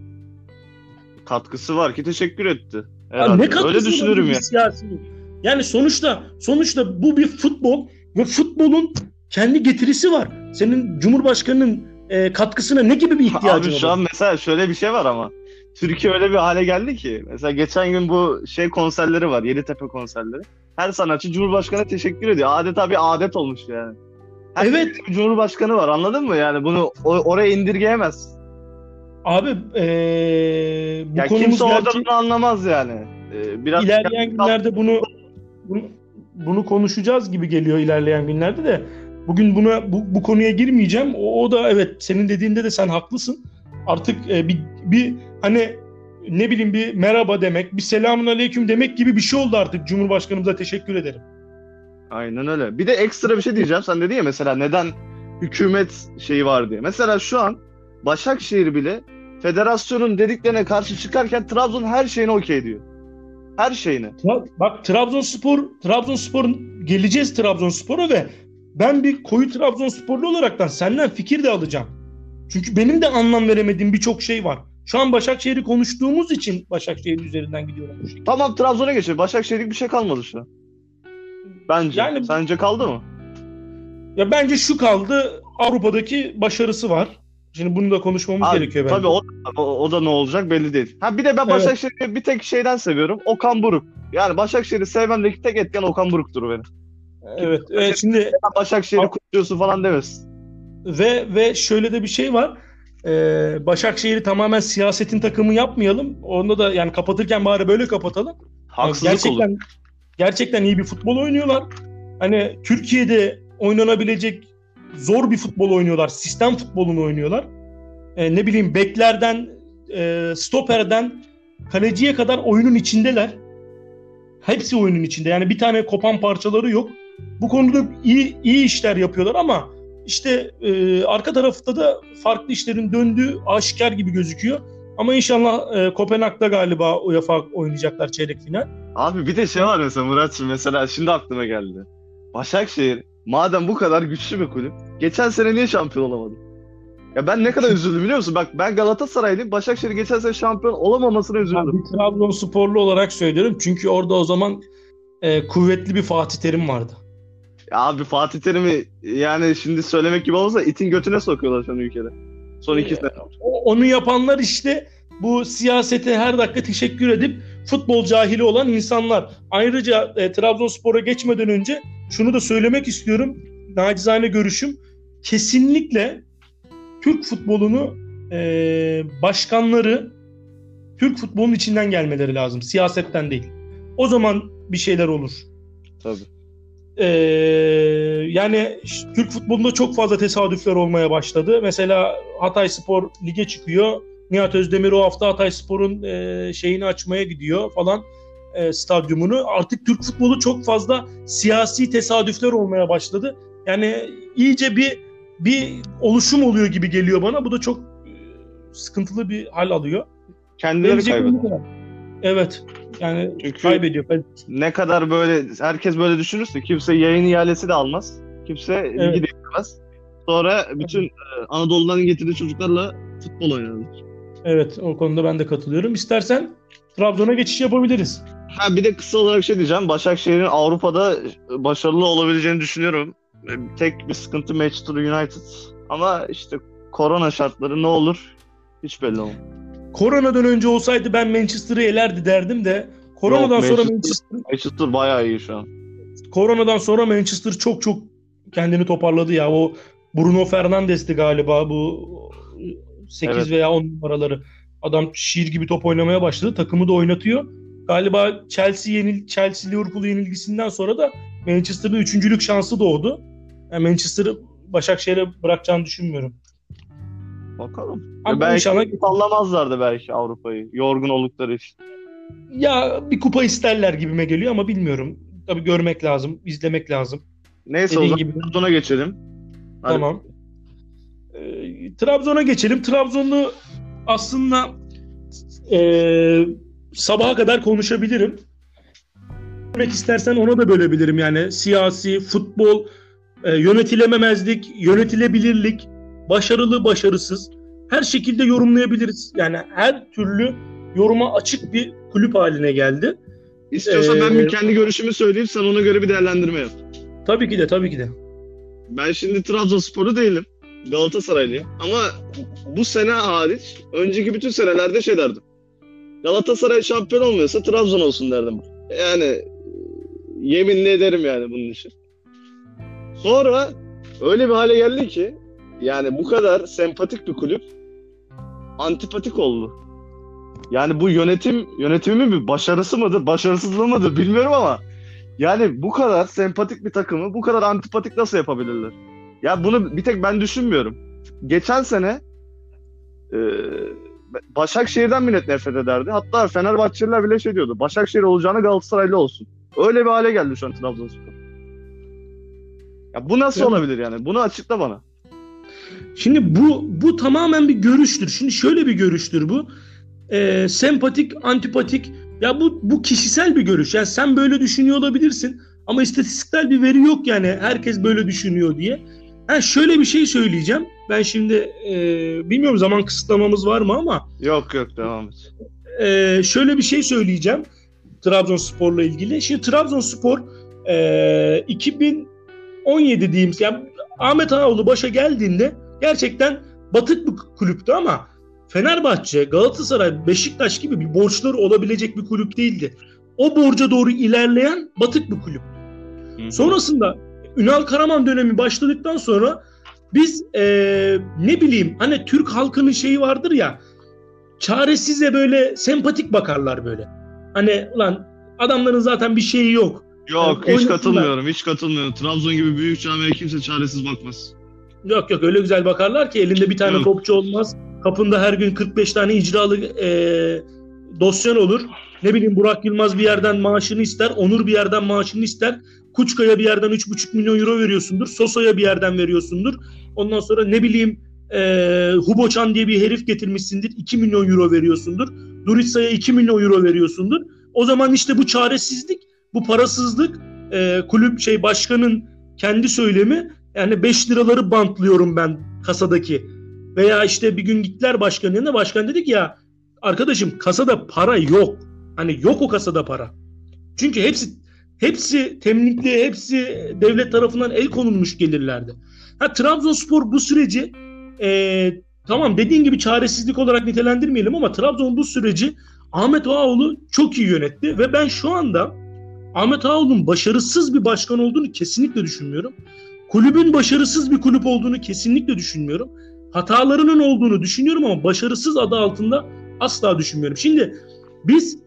A: Katkısı var ki teşekkür etti.
B: Ya ne katkısı
A: öyle düşünürüm ya.
B: Siyasi. Yani sonuçta sonuçta bu bir futbol ve futbolun kendi getirisi var. Senin Cumhurbaşkanının e, katkısına ne gibi bir ihtiyacın var?
A: Abi şu an mesela şöyle bir şey var ama. Türkiye öyle bir hale geldi ki. Mesela geçen gün bu şey konserleri var. Yeditepe konserleri. Her sanatçı Cumhurbaşkanı'na teşekkür ediyor. Adeta bir adet olmuş yani. Her
B: Evet
A: bir Cumhurbaşkanı var, anladın mı? Yani bunu o- oraya indirgeyemez.
B: abi, ee, bu
A: Ya
B: konumuz
A: kimse orada
B: gerçi
A: bunu anlamaz yani. Ee, biraz
B: ilerleyen günlerde bunu, bunu bunu konuşacağız gibi geliyor ilerleyen günlerde de. Bugün buna bu, bu konuya girmeyeceğim. O, o da evet, senin dediğinde de sen haklısın. Artık e, bir bir hani ne bileyim bir merhaba demek, bir selamun aleyküm demek gibi bir şey oldu artık. Cumhurbaşkanımıza teşekkür ederim.
A: Aynen öyle. Bir de ekstra bir şey diyeceğim. Sen dedin ya mesela neden hükümet şeyi var diye. Mesela şu an Başakşehir bile federasyonun dediklerine karşı çıkarken Trabzon her şeyine okey diyor. Her şeyine.
B: Ya bak, Trabzonspor, Trabzonspor geleceğiz Trabzonspor'a ve ben bir koyu Trabzonsporlu olaraktan senden fikir de alacağım. Çünkü benim de anlam veremediğim birçok şey var. Şu an Başakşehir'i konuştuğumuz için Başakşehir üzerinden gidiyorum bu şekilde.
A: Tamam, Trabzon'a geçelim. Başakşehir'lik bir şey kalmadı şu an. Bence.
B: Yani
A: Sence kaldı mı?
B: ya bence şu kaldı, Avrupa'daki başarısı var. Şimdi bunu da konuşmamız
A: Abi,
B: gerekiyor bence.
A: tabii o, o, o da ne olacak belli değil. Ha bir de ben
B: Evet.
A: Başakşehir'i bir tek şeyden seviyorum. Okan Buruk. Yani Başakşehir'i sevmemdeki tek etken Okan Buruk'tur benim.
B: Evet, evet şimdi
A: Başakşehir'i kutluyorsun falan demesin.
B: ve ve şöyle de bir şey var. Ee, Başakşehir'i tamamen siyasetin takımı yapmayalım. Onda da yani kapatırken bari böyle kapatalım.
A: Haksızlık
B: gerçekten,
A: olur.
B: Gerçekten iyi bir futbol oynuyorlar. Hani Türkiye'de oynanabilecek zor bir futbol oynuyorlar. Sistem futbolunu oynuyorlar. Ee, ne bileyim beklerden, e, stoperden kaleciye kadar oyunun içindeler. Hepsi oyunun içinde. Yani bir tane kopan parçaları yok. Bu konuda iyi iyi işler yapıyorlar ama işte e, arka tarafta da farklı işlerin döndüğü aşikar gibi gözüküyor. Ama inşallah e, Kopenhag'da galiba UEFA oynayacaklar çeyrek final.
A: Abi bir de şey var mesela Muratçığım, mesela şimdi aklıma geldi. Başakşehir madem bu kadar güçlü bir kulüp, geçen sene niye şampiyon olamadı? Ya ben ne kadar üzüldüm biliyor musun? Bak ben Galatasaraylıyım. Başakşehir geçen sene şampiyon olamamasına
B: Ben
A: üzüldüm.
B: bir Trabzonsporlu olarak söylüyorum. Çünkü orada o zaman e, kuvvetli bir Fatih Terim vardı.
A: Ya abi Fatih Terim'i yani şimdi söylemek gibi olsa itin götüne sokuyorlar şu an ülkede. Son iki
B: E,
A: sene.
B: o- onu yapanlar işte bu siyasete her dakika teşekkür edip futbol cahili olan insanlar. Ayrıca e, Trabzonspor'a geçmeden önce şunu da söylemek istiyorum. Nacizane görüşüm. Kesinlikle Türk futbolunu e, başkanları Türk futbolunun içinden gelmeleri lazım. Siyasetten değil. O zaman bir şeyler olur.
A: Tabii.
B: Ee, yani ş- Türk futbolunda çok fazla tesadüfler olmaya başladı. Mesela Hatayspor lige çıkıyor. Nihat Özdemir o hafta Hatayspor'un e, şeyini açmaya gidiyor falan, e, stadyumunu. Artık Türk futbolu çok fazla siyasi tesadüfler olmaya başladı. Yani iyice bir bir oluşum oluyor gibi geliyor bana. Bu da çok e, sıkıntılı bir hal alıyor.
A: Kendileri
B: Gelecek bu
A: kaybeder.
B: kadar. Evet. Yani
A: Çünkü
B: kaybediyor.
A: ne kadar böyle herkes böyle düşünürse kimse yayın ihalesi de almaz. Kimse
B: Evet.
A: ligi de istemez. Sonra bütün e, Anadolu'dan getirdiği çocuklarla futbol oynanır.
B: Evet, o konuda ben de katılıyorum. İstersen Trabzon'a geçiş yapabiliriz.
A: Ha bir de kısa olarak şey diyeceğim. Başakşehir'in Avrupa'da başarılı olabileceğini düşünüyorum. E, Tek bir sıkıntı Manchester United. Ama işte korona şartları ne olur hiç belli olmaz.
B: Koronadan önce olsaydı ben Manchester'ı elerdi derdim de koronadan
A: Yok,
B: sonra
A: Manchester-
B: Manchester
A: Manchester bayağı iyi şu an.
B: koronadan sonra Manchester çok çok kendini toparladı ya. O Bruno Fernandes'ti galiba bu sekiz
A: Evet.
B: veya on numaraları. Adam şiir gibi top oynamaya başladı. Takımı da oynatıyor. Galiba Chelsea yenil Chelsea Liverpool yenilgisinden sonra da Manchester'da üçüncülük şansı doğdu. Yani Manchester'ı Başakşehir'e bırakacağını düşünmüyorum.
A: Bakalım.
B: Ama
A: Ve belki
B: inşallah
A: sallamazlardı belki Avrupa'yı. Yorgun oldukları için.
B: ya bir kupa isterler gibime geliyor ama bilmiyorum. Tabii görmek lazım, izlemek lazım.
A: Neyse
B: Dediğin
A: o zaman
B: gibi.
A: Trabzon'a geçelim. Hadi.
B: Tamam. Ee, Trabzon'a geçelim. Trabzon'u aslında e, sabaha kadar konuşabilirim. Demek istersen ona da bölebilirim. Yani siyasi, futbol, e, yönetilememezlik, yönetilebilirlik, başarılı, başarısız. Her şekilde yorumlayabiliriz. Yani her türlü yoruma açık bir kulüp haline geldi.
A: İstiyorsan ben
B: Ee,
A: bir kendi görüşümü söyleyeyim, sen ona göre bir değerlendirme yap.
B: Tabii ki de, tabii ki de.
A: Ben şimdi Trabzonsporlu değilim. Galatasaraylıyım. Ama bu sene hariç, önceki bütün senelerde şey derdim. Galatasaray şampiyon olmuyorsa Trabzon olsun derdim. Yani yeminle ederim yani bunun için. Sonra öyle bir hale geldi ki yani bu kadar sempatik bir kulüp antipatik oldu. Yani bu yönetim yönetimin bir başarısı mıdır, başarısızlığı mıdır bilmiyorum ama yani bu kadar sempatik bir takımı bu kadar antipatik nasıl yapabilirler? Ya bunu bir tek ben düşünmüyorum. Geçen sene e, Başakşehir'den millet nefret ederdi. Hatta Fenerbahçeliler bile şey diyordu. Başakşehir olacağına Galatasaraylı olsun. Öyle bir hale geldi şu an Trabzonspor. Ya bu nasıl
B: Evet.
A: olabilir yani? Bunu açıkla bana.
B: Şimdi bu bu tamamen bir görüştür. Şimdi şöyle bir görüştür bu. Ee, sempatik, antipatik. Ya bu bu kişisel bir görüş. Yani sen böyle düşünüyor olabilirsin ama istatistiksel bir veri yok yani herkes böyle düşünüyor diye. Ha şöyle bir şey söyleyeceğim. Ben şimdi e, bilmiyorum zaman kısıtlamamız var mı ama
A: Yok yok devam et.
B: e, şöyle bir şey söyleyeceğim Trabzonspor'la ilgili. Şimdi Trabzonspor e, iki bin on yedi diyeyim. Yani Ahmet Ağaoğlu başa geldiğinde gerçekten batık bir kulüptü ama Fenerbahçe, Galatasaray, Beşiktaş gibi bir borçları olabilecek bir kulüp değildi. O borca doğru ilerleyen batık bir kulüp.
A: Hı-hı.
B: Sonrasında Ünal Karaman dönemi başladıktan sonra biz ee, ne bileyim hani Türk halkının şeyi vardır ya, çaresize böyle sempatik bakarlar böyle. Hani ulan adamların zaten bir şeyi yok.
A: Yok
B: Yani
A: hiç
B: oynasınlar.
A: katılmıyorum. Hiç katılmıyorum. Trabzon gibi büyük camiye kimse çaresiz bakmaz.
B: Yok yok öyle güzel bakarlar ki elinde bir tane
A: Yok.
B: topçu olmaz. Kapında her gün kırk beş tane icralı e, dosyan olur. Ne bileyim Burak Yılmaz bir yerden maaşını ister. Onur bir yerden maaşını ister. Kuçka'ya bir yerden üç buçuk milyon euro veriyorsundur. Soso'ya bir yerden veriyorsundur. Ondan sonra ne bileyim e, Huboçan diye bir herif getirmişsindir. iki milyon euro veriyorsundur. Duritsa'ya iki milyon euro veriyorsundur. O zaman işte bu çaresizlik, bu parasızlık, e, kulüp şey başkanın kendi söylemi, yani beş liraları bantlıyorum ben kasadaki. Veya işte bir gün gittiler başkanın yanına, başkan dedi ki ya arkadaşım kasada para yok. Hani yok o kasada para. Çünkü hepsi hepsi temlikli, hepsi devlet tarafından el konulmuş gelirlerdi. Ha, Trabzonspor bu süreci e, tamam dediğin gibi çaresizlik olarak nitelendirmeyelim ama Trabzon bu süreci Ahmet Ağaoğlu çok iyi yönetti ve ben şu anda Ahmet Ağaoğlu'nun başarısız bir başkan olduğunu kesinlikle düşünmüyorum. Kulübün başarısız bir kulüp olduğunu kesinlikle düşünmüyorum. Hatalarının olduğunu düşünüyorum ama başarısız adı altında asla düşünmüyorum. Şimdi biz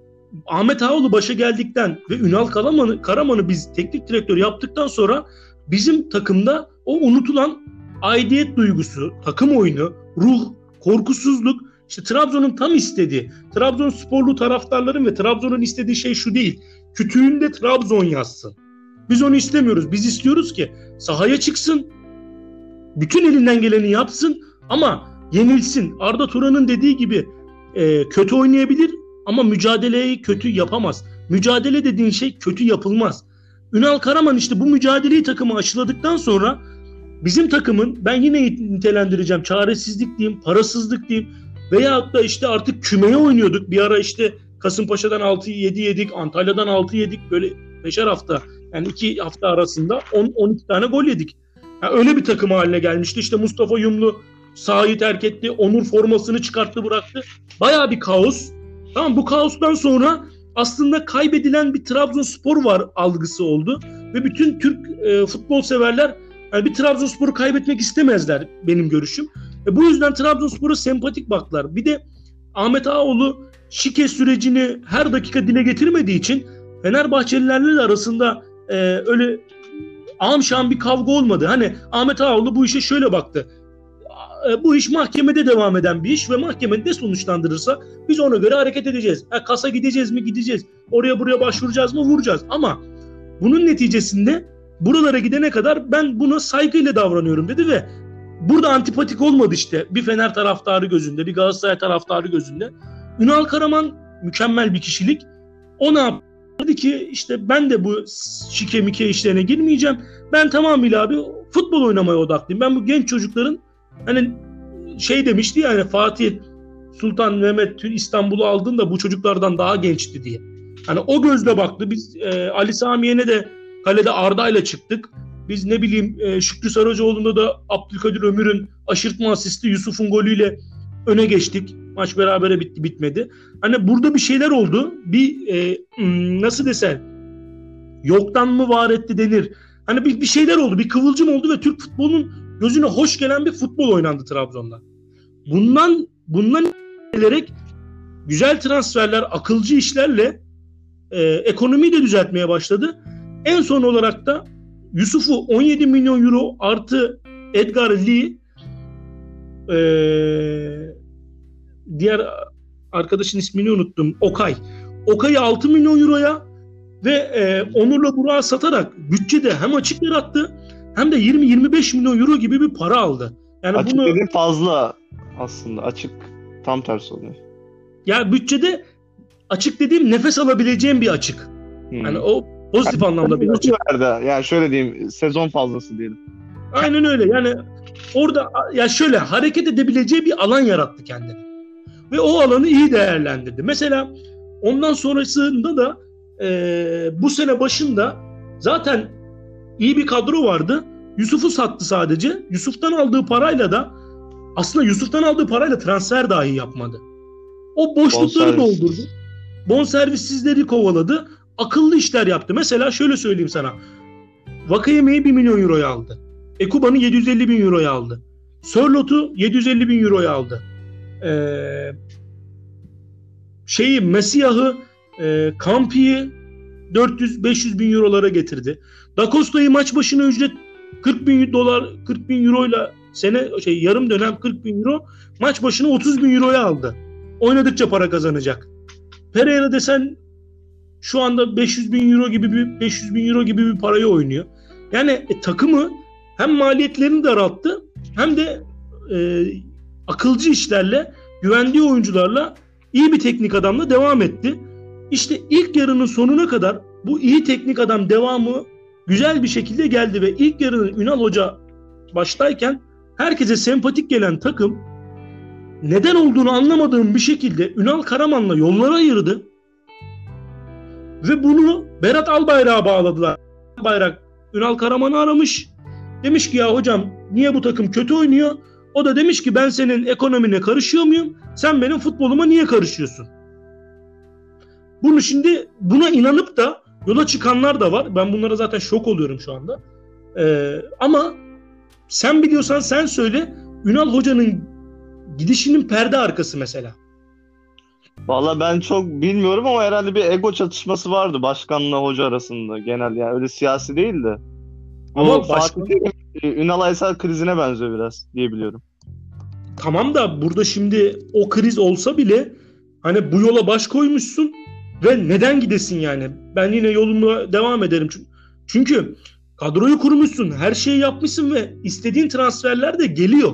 B: Ahmet Ağaoğlu başa geldikten ve Ünal Karaman'ı, Karaman'ı biz teknik direktör yaptıktan sonra bizim takımda o unutulan aidiyet duygusu, takım oyunu, ruh, korkusuzluk, işte Trabzon'un tam istediği, Trabzonsporlu taraftarların ve Trabzon'un istediği şey şu değil. Kütüğünde Trabzon yazsın. Biz onu istemiyoruz. Biz istiyoruz ki sahaya çıksın, bütün elinden geleni yapsın ama yenilsin. Arda Turan'ın dediği gibi e, kötü oynayabilir ama mücadeleyi kötü yapamaz. Mücadele dediğin şey kötü yapılmaz. Ünal Karaman işte bu mücadeleyi takımı aşıladıktan sonra bizim takımın, ben yine nitelendireceğim, çaresizlik diyeyim, parasızlık diyeyim veyahut da işte artık kümeye oynuyorduk. Bir ara işte Kasımpaşa'dan altı yedi yedik, Antalya'dan altı yedik, böyle beşer hafta, yani iki hafta arasında on on iki tane gol yedik. Yani öyle bir takım haline gelmişti. İşte Mustafa Yumlu sahayı terk etti. Onur formasını çıkarttı bıraktı. Bayağı bir kaos. Tamam, bu kaostan sonra aslında kaybedilen bir Trabzonspor var algısı oldu. Ve bütün Türk e, futbol severler yani bir Trabzonspor'u kaybetmek istemezler benim görüşüm. E, bu yüzden Trabzonspor'a sempatik baktılar. Bir de Ahmet Ağaoğlu şike sürecini her dakika dile getirmediği için Fenerbahçelilerle arasında e, öyle amşan bir kavga olmadı. Hani Ahmet Ağaoğlu bu işe şöyle baktı. Bu iş mahkemede devam eden bir iş ve mahkemede sonuçlandırırsa biz ona göre hareket edeceğiz. Ha, kasa gideceğiz mi? Gideceğiz. Oraya buraya başvuracağız mı? Vuracağız. Ama bunun neticesinde buralara gidene kadar ben buna saygıyla davranıyorum dedi ve burada antipatik olmadı işte. Bir Fener taraftarı gözünde, bir Galatasaray taraftarı gözünde. Ünal Karaman mükemmel bir kişilik. O ne yaptı? Dedi ki işte ben de bu şike mike işlerine girmeyeceğim. Ben tamamıyla abi futbol oynamaya odaklıyım. Ben bu genç çocukların hani şey demişti ya, hani Fatih Sultan Mehmet İstanbul'u aldığında bu çocuklardan daha gençti diye. Hani o gözle baktı. Biz e, Ali Sami Yen'e de kalede Arda'yla çıktık. Biz ne bileyim e, Şükrü Saracoğlu'nda da Abdülkadir Ömür'ün aşırtma asisti Yusuf'un golüyle öne geçtik. Maç berabere bitti, bitmedi. Hani burada bir şeyler oldu. Bir e, nasıl desem, yoktan mı var etti denir. Hani bir, bir şeyler oldu. Bir kıvılcım oldu ve Türk futbolunun gözüne hoş gelen bir futbol oynandı Trabzon'da. Bundan bundan gelerek güzel transferler, akılcı işlerle e, ekonomiyi de düzeltmeye başladı. En son olarak da Yusuf'u on yedi milyon euro artı Edgar Lee, e, diğer arkadaşın ismini unuttum, Okay. Okay'ı altı milyon euroya ve e, Onur'la Burak'ı satarak bütçede hem açık yarattı hem de yirmi yirmi beş milyon euro gibi bir para aldı. Yani
A: açık
B: bunu
A: dediğin fazla aslında. Açık tam tersi oluyor.
B: Ya bütçede açık dediğim nefes alabileceğim bir açık. Hmm. Yani o pozitif yani, anlamda bir açık.
A: Verdi. Yani şöyle diyeyim, sezon fazlası diyelim.
B: Aynen öyle. Yani orada ya şöyle hareket edebileceği bir alan yarattı kendine. Ve o alanı iyi değerlendirdi. Mesela ondan sonrasında da e, bu sene başında zaten iyi bir kadro vardı. Yusuf'u sattı sadece. Yusuf'tan aldığı parayla da aslında Yusuf'tan aldığı parayla transfer dahi yapmadı. O boşlukları
A: Bonservis.
B: doldurdu. Bonservissizleri kovaladı. Akıllı işler yaptı. Mesela şöyle söyleyeyim sana. Vakayeme'yi bir milyon euroya aldı. Ekuban'ı yedi yüz elli bin euroya aldı. Sörlot'u yedi yüz elli bin euroya aldı. Ee, şeyi Mesihah'ı, e, Campi'yi dört yüz beş yüz bin eurolara getirdi. Da Costa'yı maç başına ücret kırk bin dolar, kırk bin euroyla sene şey yarım dönem kırk bin euro, maç başına otuz bin euroya aldı. Oynadıkça para kazanacak. Pereira desen şu anda beş yüz bin euro gibi bir beş yüz bin euro gibi bir parayı oynuyor. Yani e, takımı hem maliyetlerini daralttı hem de e, akılcı işlerle, güvendiği oyuncularla iyi bir teknik adamla devam etti. İşte ilk yarının sonuna kadar bu iyi teknik adam devamı güzel bir şekilde geldi ve ilk yarının Ünal Hoca baştayken herkese sempatik gelen takım neden olduğunu anlamadığım bir şekilde Ünal Karaman'la yolları ayırdı. Ve bunu Berat Albayrak'a bağladılar. Albayrak Ünal Karaman'ı aramış. Demiş ki ya hocam niye bu takım kötü oynuyor? O da demiş ki ben senin ekonomine karışıyor muyum? Sen benim futboluma niye karışıyorsun? Bunu şimdi buna inanıp da yola çıkanlar da var. Ben bunlara zaten şok oluyorum şu anda. Ee, ama sen biliyorsan sen söyle. Ünal Hoca'nın gidişinin perde arkası mesela.
A: Vallahi ben çok bilmiyorum ama herhalde bir ego çatışması vardı başkanla hoca arasında genel, yani öyle siyasi değil de. Ama Fatih Terim, Ünal Aysal krizine benziyor biraz diye biliyorum.
B: Tamam da burada şimdi o kriz olsa bile hani bu yola baş koymuşsun ve neden gidesin yani? Ben yine yoluma devam ederim. Çünkü kadroyu kurmuşsun, her şeyi yapmışsın ve istediğin transferler de geliyor.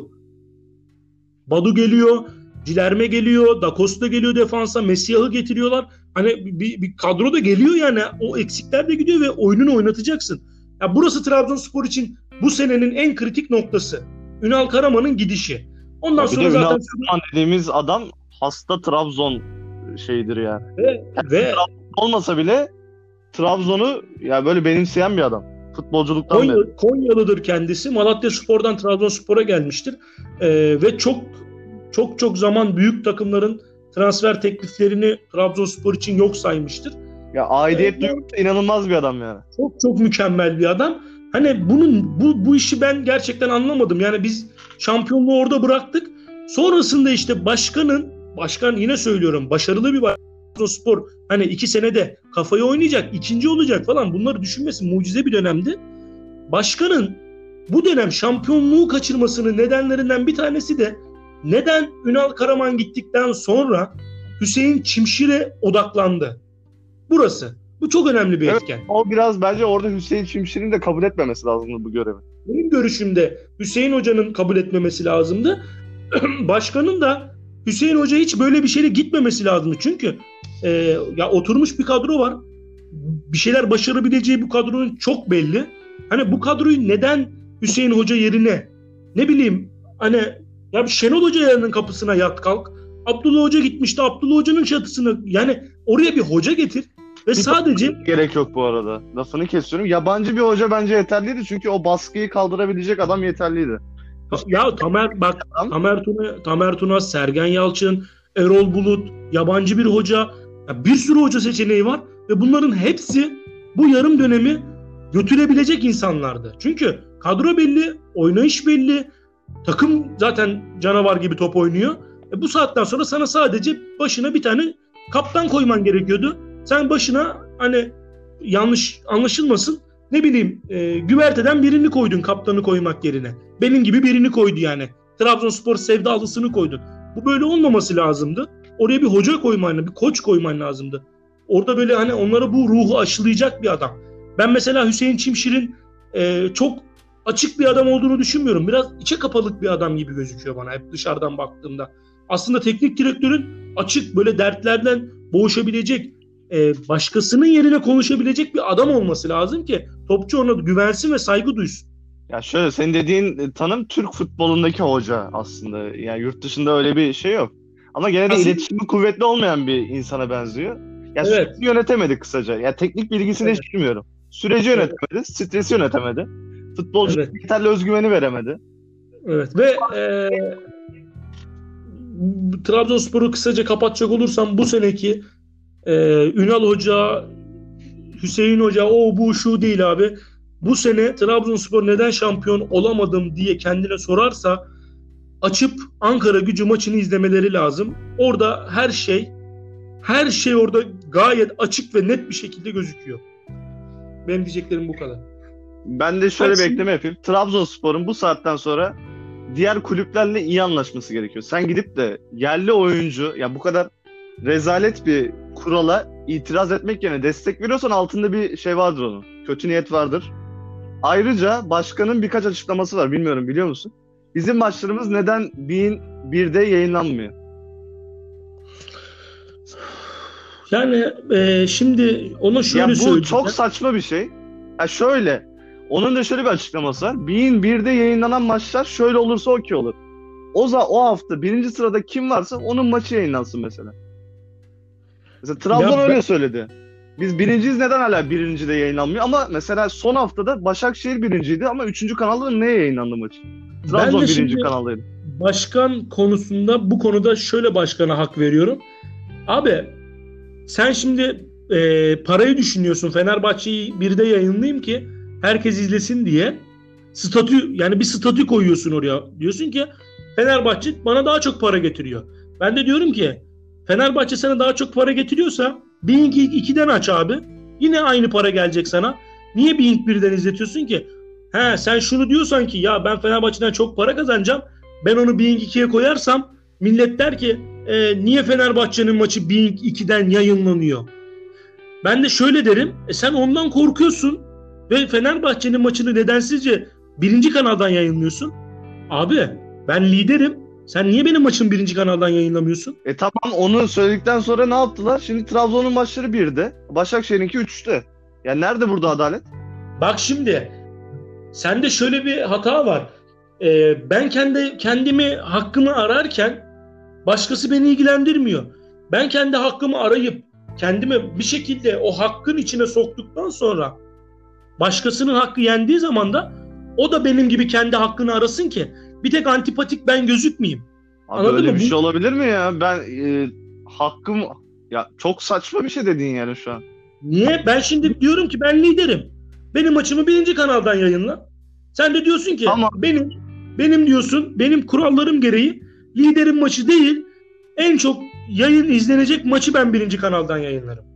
B: Badu geliyor, Cilerme geliyor, Da Costa geliyor defansa, Mesihah'ı getiriyorlar. Hani bir, bir kadro da geliyor yani, o eksikler de gidiyor ve oyununu oynatacaksın. Ya burası Trabzonspor için bu senenin en kritik noktası. Ünal Karaman'ın gidişi. Ondan
A: ya
B: sonra zaten
A: Ünal Karaman dediğimiz adam hasta Trabzon şeyidir yani.
B: Ve,
A: yani
B: ve
A: Trabzon olmasa bile Trabzon'u ya böyle benimseyen bir adam. Futbolculuktan
B: Konya,
A: beri.
B: Konyalıdır kendisi. Malatyaspor'dan Trabzonspor'a gelmiştir. Ee, ve çok çok çok zaman büyük takımların transfer tekliflerini Trabzonspor için yok saymıştır.
A: Ya aidiyet duygusu inanılmaz bir adam yani.
B: Çok çok mükemmel bir adam. Hani bunun bu bu işi ben gerçekten anlamadım. Yani biz şampiyonluğu orada bıraktık. Sonrasında işte başkanın, başkan yine söylüyorum, başarılı bir Trabzonspor hani iki senede kafayı oynayacak, ikinci olacak falan, bunları düşünmesi mucize bir dönemdi. Başkanın bu dönem şampiyonluğu kaçırmasının nedenlerinden bir tanesi de neden Ünal Karaman gittikten sonra Hüseyin Çimşir'e odaklandı. Burası. Bu çok önemli bir
A: evet,
B: etken.
A: O biraz bence orada Hüseyin Çimşir'in de kabul etmemesi lazımdı bu görevi.
B: Benim görüşümde Hüseyin Hoca'nın kabul etmemesi lazımdı. Başkanın da Hüseyin Hoca hiç böyle bir şeyle gitmemesi lazımdı. Çünkü e, ya oturmuş bir kadro var. Bir şeyler başarabileceği bu kadronun çok belli. Hani bu kadroyu neden Hüseyin Hoca yerine, ne bileyim hani ya Şenol Hoca'nın kapısına yat kalk. Abdullah Hoca gitmişti, Abdullah Hoca'nın çatısına, yani oraya bir hoca getir ve
A: Bir
B: sadece
A: gerek yok bu arada. Lafını kesiyorum. Yabancı bir hoca bence yeterliydi çünkü o baskıyı kaldırabilecek adam yeterliydi.
B: ya Tamer bak Tamer Tuna, Tamer Tuna, Sergen Yalçın, Erol Bulut, yabancı bir hoca. Ya bir sürü hoca seçeneği var ve bunların hepsi bu yarım dönemi götürebilecek insanlardı. Çünkü kadro belli, oynayış belli, takım zaten canavar gibi top oynuyor. E bu saatten sonra sana sadece başına bir tane kaptan koyman gerekiyordu. Sen başına hani yanlış anlaşılmasın ne bileyim e, güverteden birini koydun kaptanı koymak yerine. Benim gibi birini koydu yani. Trabzonspor sevdalısını koydun. Bu böyle olmaması lazımdı. Oraya bir hoca koyman, bir koç koyman lazımdı. Orada böyle hani onlara bu ruhu aşılayacak bir adam. Ben mesela Hüseyin Çimşir'in e, çok açık bir adam olduğunu düşünmüyorum. Biraz içe kapalık bir adam gibi gözüküyor bana hep dışarıdan baktığımda. Aslında teknik direktörün açık böyle dertlerden boğuşabilecek, e, başkasının yerine konuşabilecek bir adam olması lazım ki topçu ona güvensin ve saygı duysun.
A: Ya şöyle senin dediğin tanım Türk futbolundaki hoca aslında. Yani yurt dışında öyle bir şey yok. Ama gene de
B: Aslında...
A: iletişimi kuvvetli olmayan bir insana benziyor. Ya
B: evet.
A: Süreci yönetemedi kısaca. Ya teknik bilgisini
B: evet.
A: hiç bilmiyorum. Süreci yönetemedi, stresi yönetemedi. Futbolcu
B: evet.
A: yeterli özgüveni veremedi.
B: Evet ve e, Trabzonspor'u kısaca kapatacak olursam bu seneki e, Ünal Hoca, Hüseyin Hoca o bu şu değil abi. Bu sene Trabzonspor neden şampiyon olamadım diye kendine sorarsa açıp Ankara Gücü maçını izlemeleri lazım. Orada her şey her şey orada gayet açık ve net bir şekilde gözüküyor. Benim diyeceklerim bu kadar.
A: Ben de şöyle
B: Aslında...
A: bir ekleme yapayım. Trabzonspor'un bu saatten sonra diğer kulüplerle iyi anlaşması gerekiyor. Sen gidip de yerli oyuncu ya bu kadar rezalet bir kurala itiraz etmek yerine destek veriyorsan altında bir şey vardır onun. Kötü niyet vardır. Ayrıca başkanın birkaç açıklaması var. Bilmiyorum biliyor musun? Bizim maçlarımız neden bin birde yayınlanmıyor?
B: Yani e, şimdi ona şöyle
A: ya bu
B: söyleyeyim.
A: çok saçma bir şey. Ya şöyle. Onun da şöyle bir açıklaması var. bin birde yayınlanan maçlar şöyle olursa okey olur. O zaman o hafta birinci sırada kim varsa onun maçı yayınlansın mesela. Mesela Trabzon öyle
B: ben...
A: söyledi. Biz birinciyiz neden hala birincide yayınlanmıyor? Ama mesela son haftada Başakşehir birinciydi ama üçüncü kanalda ne yayınlandı maçı? Trabzon birinci kanaldaydı.
B: Başkan konusunda bu konuda şöyle başkana hak veriyorum. Abi sen şimdi e, parayı düşünüyorsun. Fenerbahçe'yi birde yayınlayayım ki herkes izlesin diye. Statü yani bir statü koyuyorsun oraya. Diyorsun ki Fenerbahçe bana daha çok para getiriyor. Ben de diyorum ki Fenerbahçe sana daha çok para getiriyorsa Being ikiden aç abi. Yine aynı para gelecek sana. Niye Being birden izletiyorsun ki? He sen şunu diyorsan ki ya ben Fenerbahçe'den çok para kazanacağım. Ben onu Being ikiye koyarsam millet der ki e, niye Fenerbahçe'nin maçı Being ikiden yayınlanıyor? Ben de şöyle derim. E sen ondan korkuyorsun ve Fenerbahçe'nin maçını nedensizce birinci kanaldan yayınlıyorsun. Abi ben liderim. Sen niye benim maçımı birinci kanaldan yayınlamıyorsun?
A: E tamam onu söyledikten sonra ne yaptılar? Şimdi Trabzon'un maçları birde. Başakşehir'inki üçte. Yani nerede burada adalet?
B: Bak şimdi sende şöyle bir hata var. Ee, ben kendi kendimi hakkımı ararken başkası beni ilgilendirmiyor. Ben kendi hakkımı arayıp kendimi bir şekilde o hakkın içine soktuktan sonra başkasının hakkı yendiği zaman da o da benim gibi kendi hakkını arasın ki bir tek antipatik ben gözükmeyeyim.
A: Abi
B: Anladın
A: öyle
B: mı?
A: bir
B: Bu...
A: şey olabilir mi ya? Ben e, hakkım ya çok saçma bir şey dedin yani şu an.
B: Niye? Ben şimdi diyorum ki ben liderim. Benim maçımı birinci kanaldan yayınla. Sen de diyorsun ki
A: Tamam.
B: benim benim diyorsun benim kurallarım gereği liderin maçı değil en çok yayın izlenecek maçı ben birinci kanaldan yayınlarım.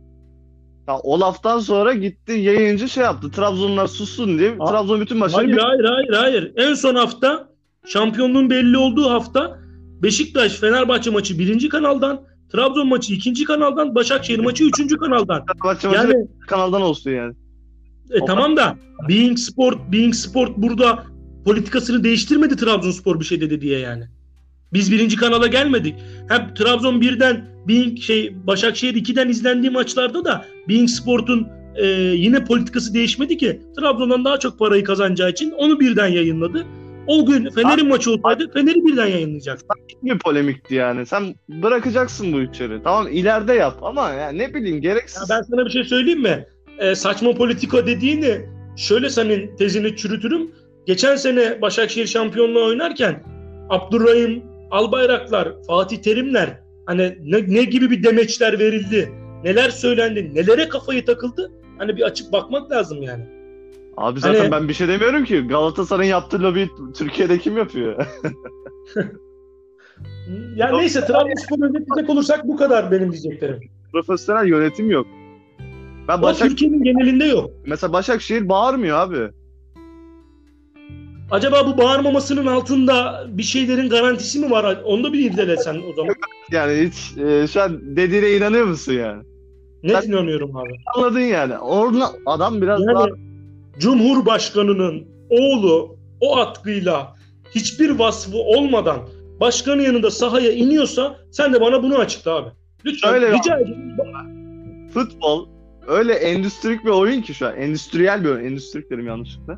A: Ya o laftan sonra gitti yayıncı şey yaptı. Trabzonlar sussun diye. Ha? Trabzon bütün maçları...
B: Hayır
A: bir...
B: hayır hayır hayır. En son hafta şampiyonluğun belli olduğu hafta Beşiktaş Fenerbahçe maçı birinci kanaldan, Trabzon maçı ikinci kanaldan, Başakşehir maçı üçüncü kanaldan.
A: Fenerbahçe maçı yani, kanaldan olsun yani.
B: E, tamam da Being Sport, Being Sport burada politikasını değiştirmedi Trabzonspor bir şey dedi diye yani. Biz birinci kanala gelmedik. Hep Trabzon birden Being şey Başakşehir ikiden izlendiği maçlarda da Being Sport'un e, yine politikası değişmedi ki. Trabzon'dan daha çok parayı kazanacağı için onu birden yayınladı. O gün Fener'in maçı olsaydı Fener'i birden yayınlayacak.
A: Bir polemikti yani. Sen bırakacaksın bu içeri. Tamam ileride yap ama ya ne bileyim gereksiz.
B: Ya ben sana bir şey söyleyeyim mi? Ee, saçma politika dediğini şöyle senin tezini çürütürüm. Geçen sene Başakşehir şampiyonluğu oynarken Abdurrahim Albayraklar, Fatih Terimler Hani ne, ne gibi bir demeçler verildi, neler söylendi, nelere kafayı takıldı. Hani bir açıp bakmak lazım yani.
A: Abi zaten
B: Hani,
A: ben bir şey demiyorum ki. Galatasaray'ın yaptığı lobi Türkiye'de kim yapıyor?
B: yani neyse, Trabzonspor'u özetleyecek olursak bu kadar benim diyeceklerim.
A: Profesyonel yönetim yok. Ben
B: O
A: Başak
B: Türkiye'nin genelinde yok.
A: mesela Başakşehir bağırmıyor abi.
B: Acaba bu bağırmamasının altında bir şeylerin garantisi mi var? Onu da bir irdelesen o zaman.
A: Yani hiç e, şu an dediğine inanıyor musun yani?
B: Net inanıyorum abi.
A: Anladın yani. Orada adam biraz
B: Yani
A: daha
B: Cumhurbaşkanının oğlu o atkıyla hiçbir vasfı olmadan başkanın yanında sahaya iniyorsa sen de bana bunu açıkla abi. Lütfen
A: Öyle
B: rica ederim.
A: futbol öyle endüstrik bir oyun ki şu an. Endüstriyel bir oyun. Endüstrik dedim yanlışlıkla.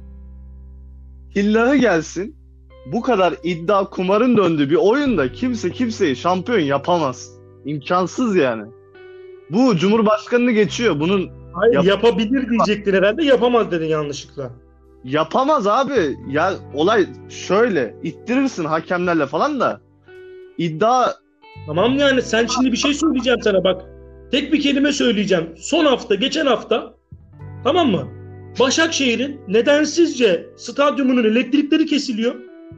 A: İllahı gelsin. Bu kadar iddia kumarın döndüğü bir oyunda kimse kimseyi şampiyon yapamaz. İmkansız yani. Bu Cumhurbaşkanını geçiyor. Bunun
B: Hayır,
A: Yap-
B: yapabilir diyecektin herhalde, yapamaz dedin yanlışlıkla.
A: yapamaz abi. Ya olay şöyle. İttirirsin hakemlerle falan da. İddia
B: Tamam, yani sen şimdi bir şey söyleyeceğim sana bak. Tek bir kelime söyleyeceğim. Son hafta, geçen hafta, tamam mı? Başakşehir'in nedensizce stadyumunun elektrikleri kesiliyor.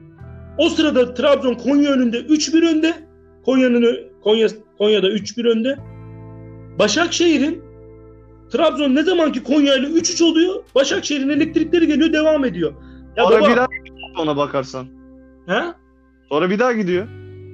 B: O sırada Trabzon Konya önünde üç bir önde. Konya'nın Konya Konya'da üç bir önde. Başakşehir'in Trabzon ne zamanki Konya ile üç üç oluyor, Başakşehir'in elektrikleri geliyor, devam ediyor. Ya
A: sonra
B: baba,
A: bir daha ona bakarsan.
B: he?
A: Sonra bir daha gidiyor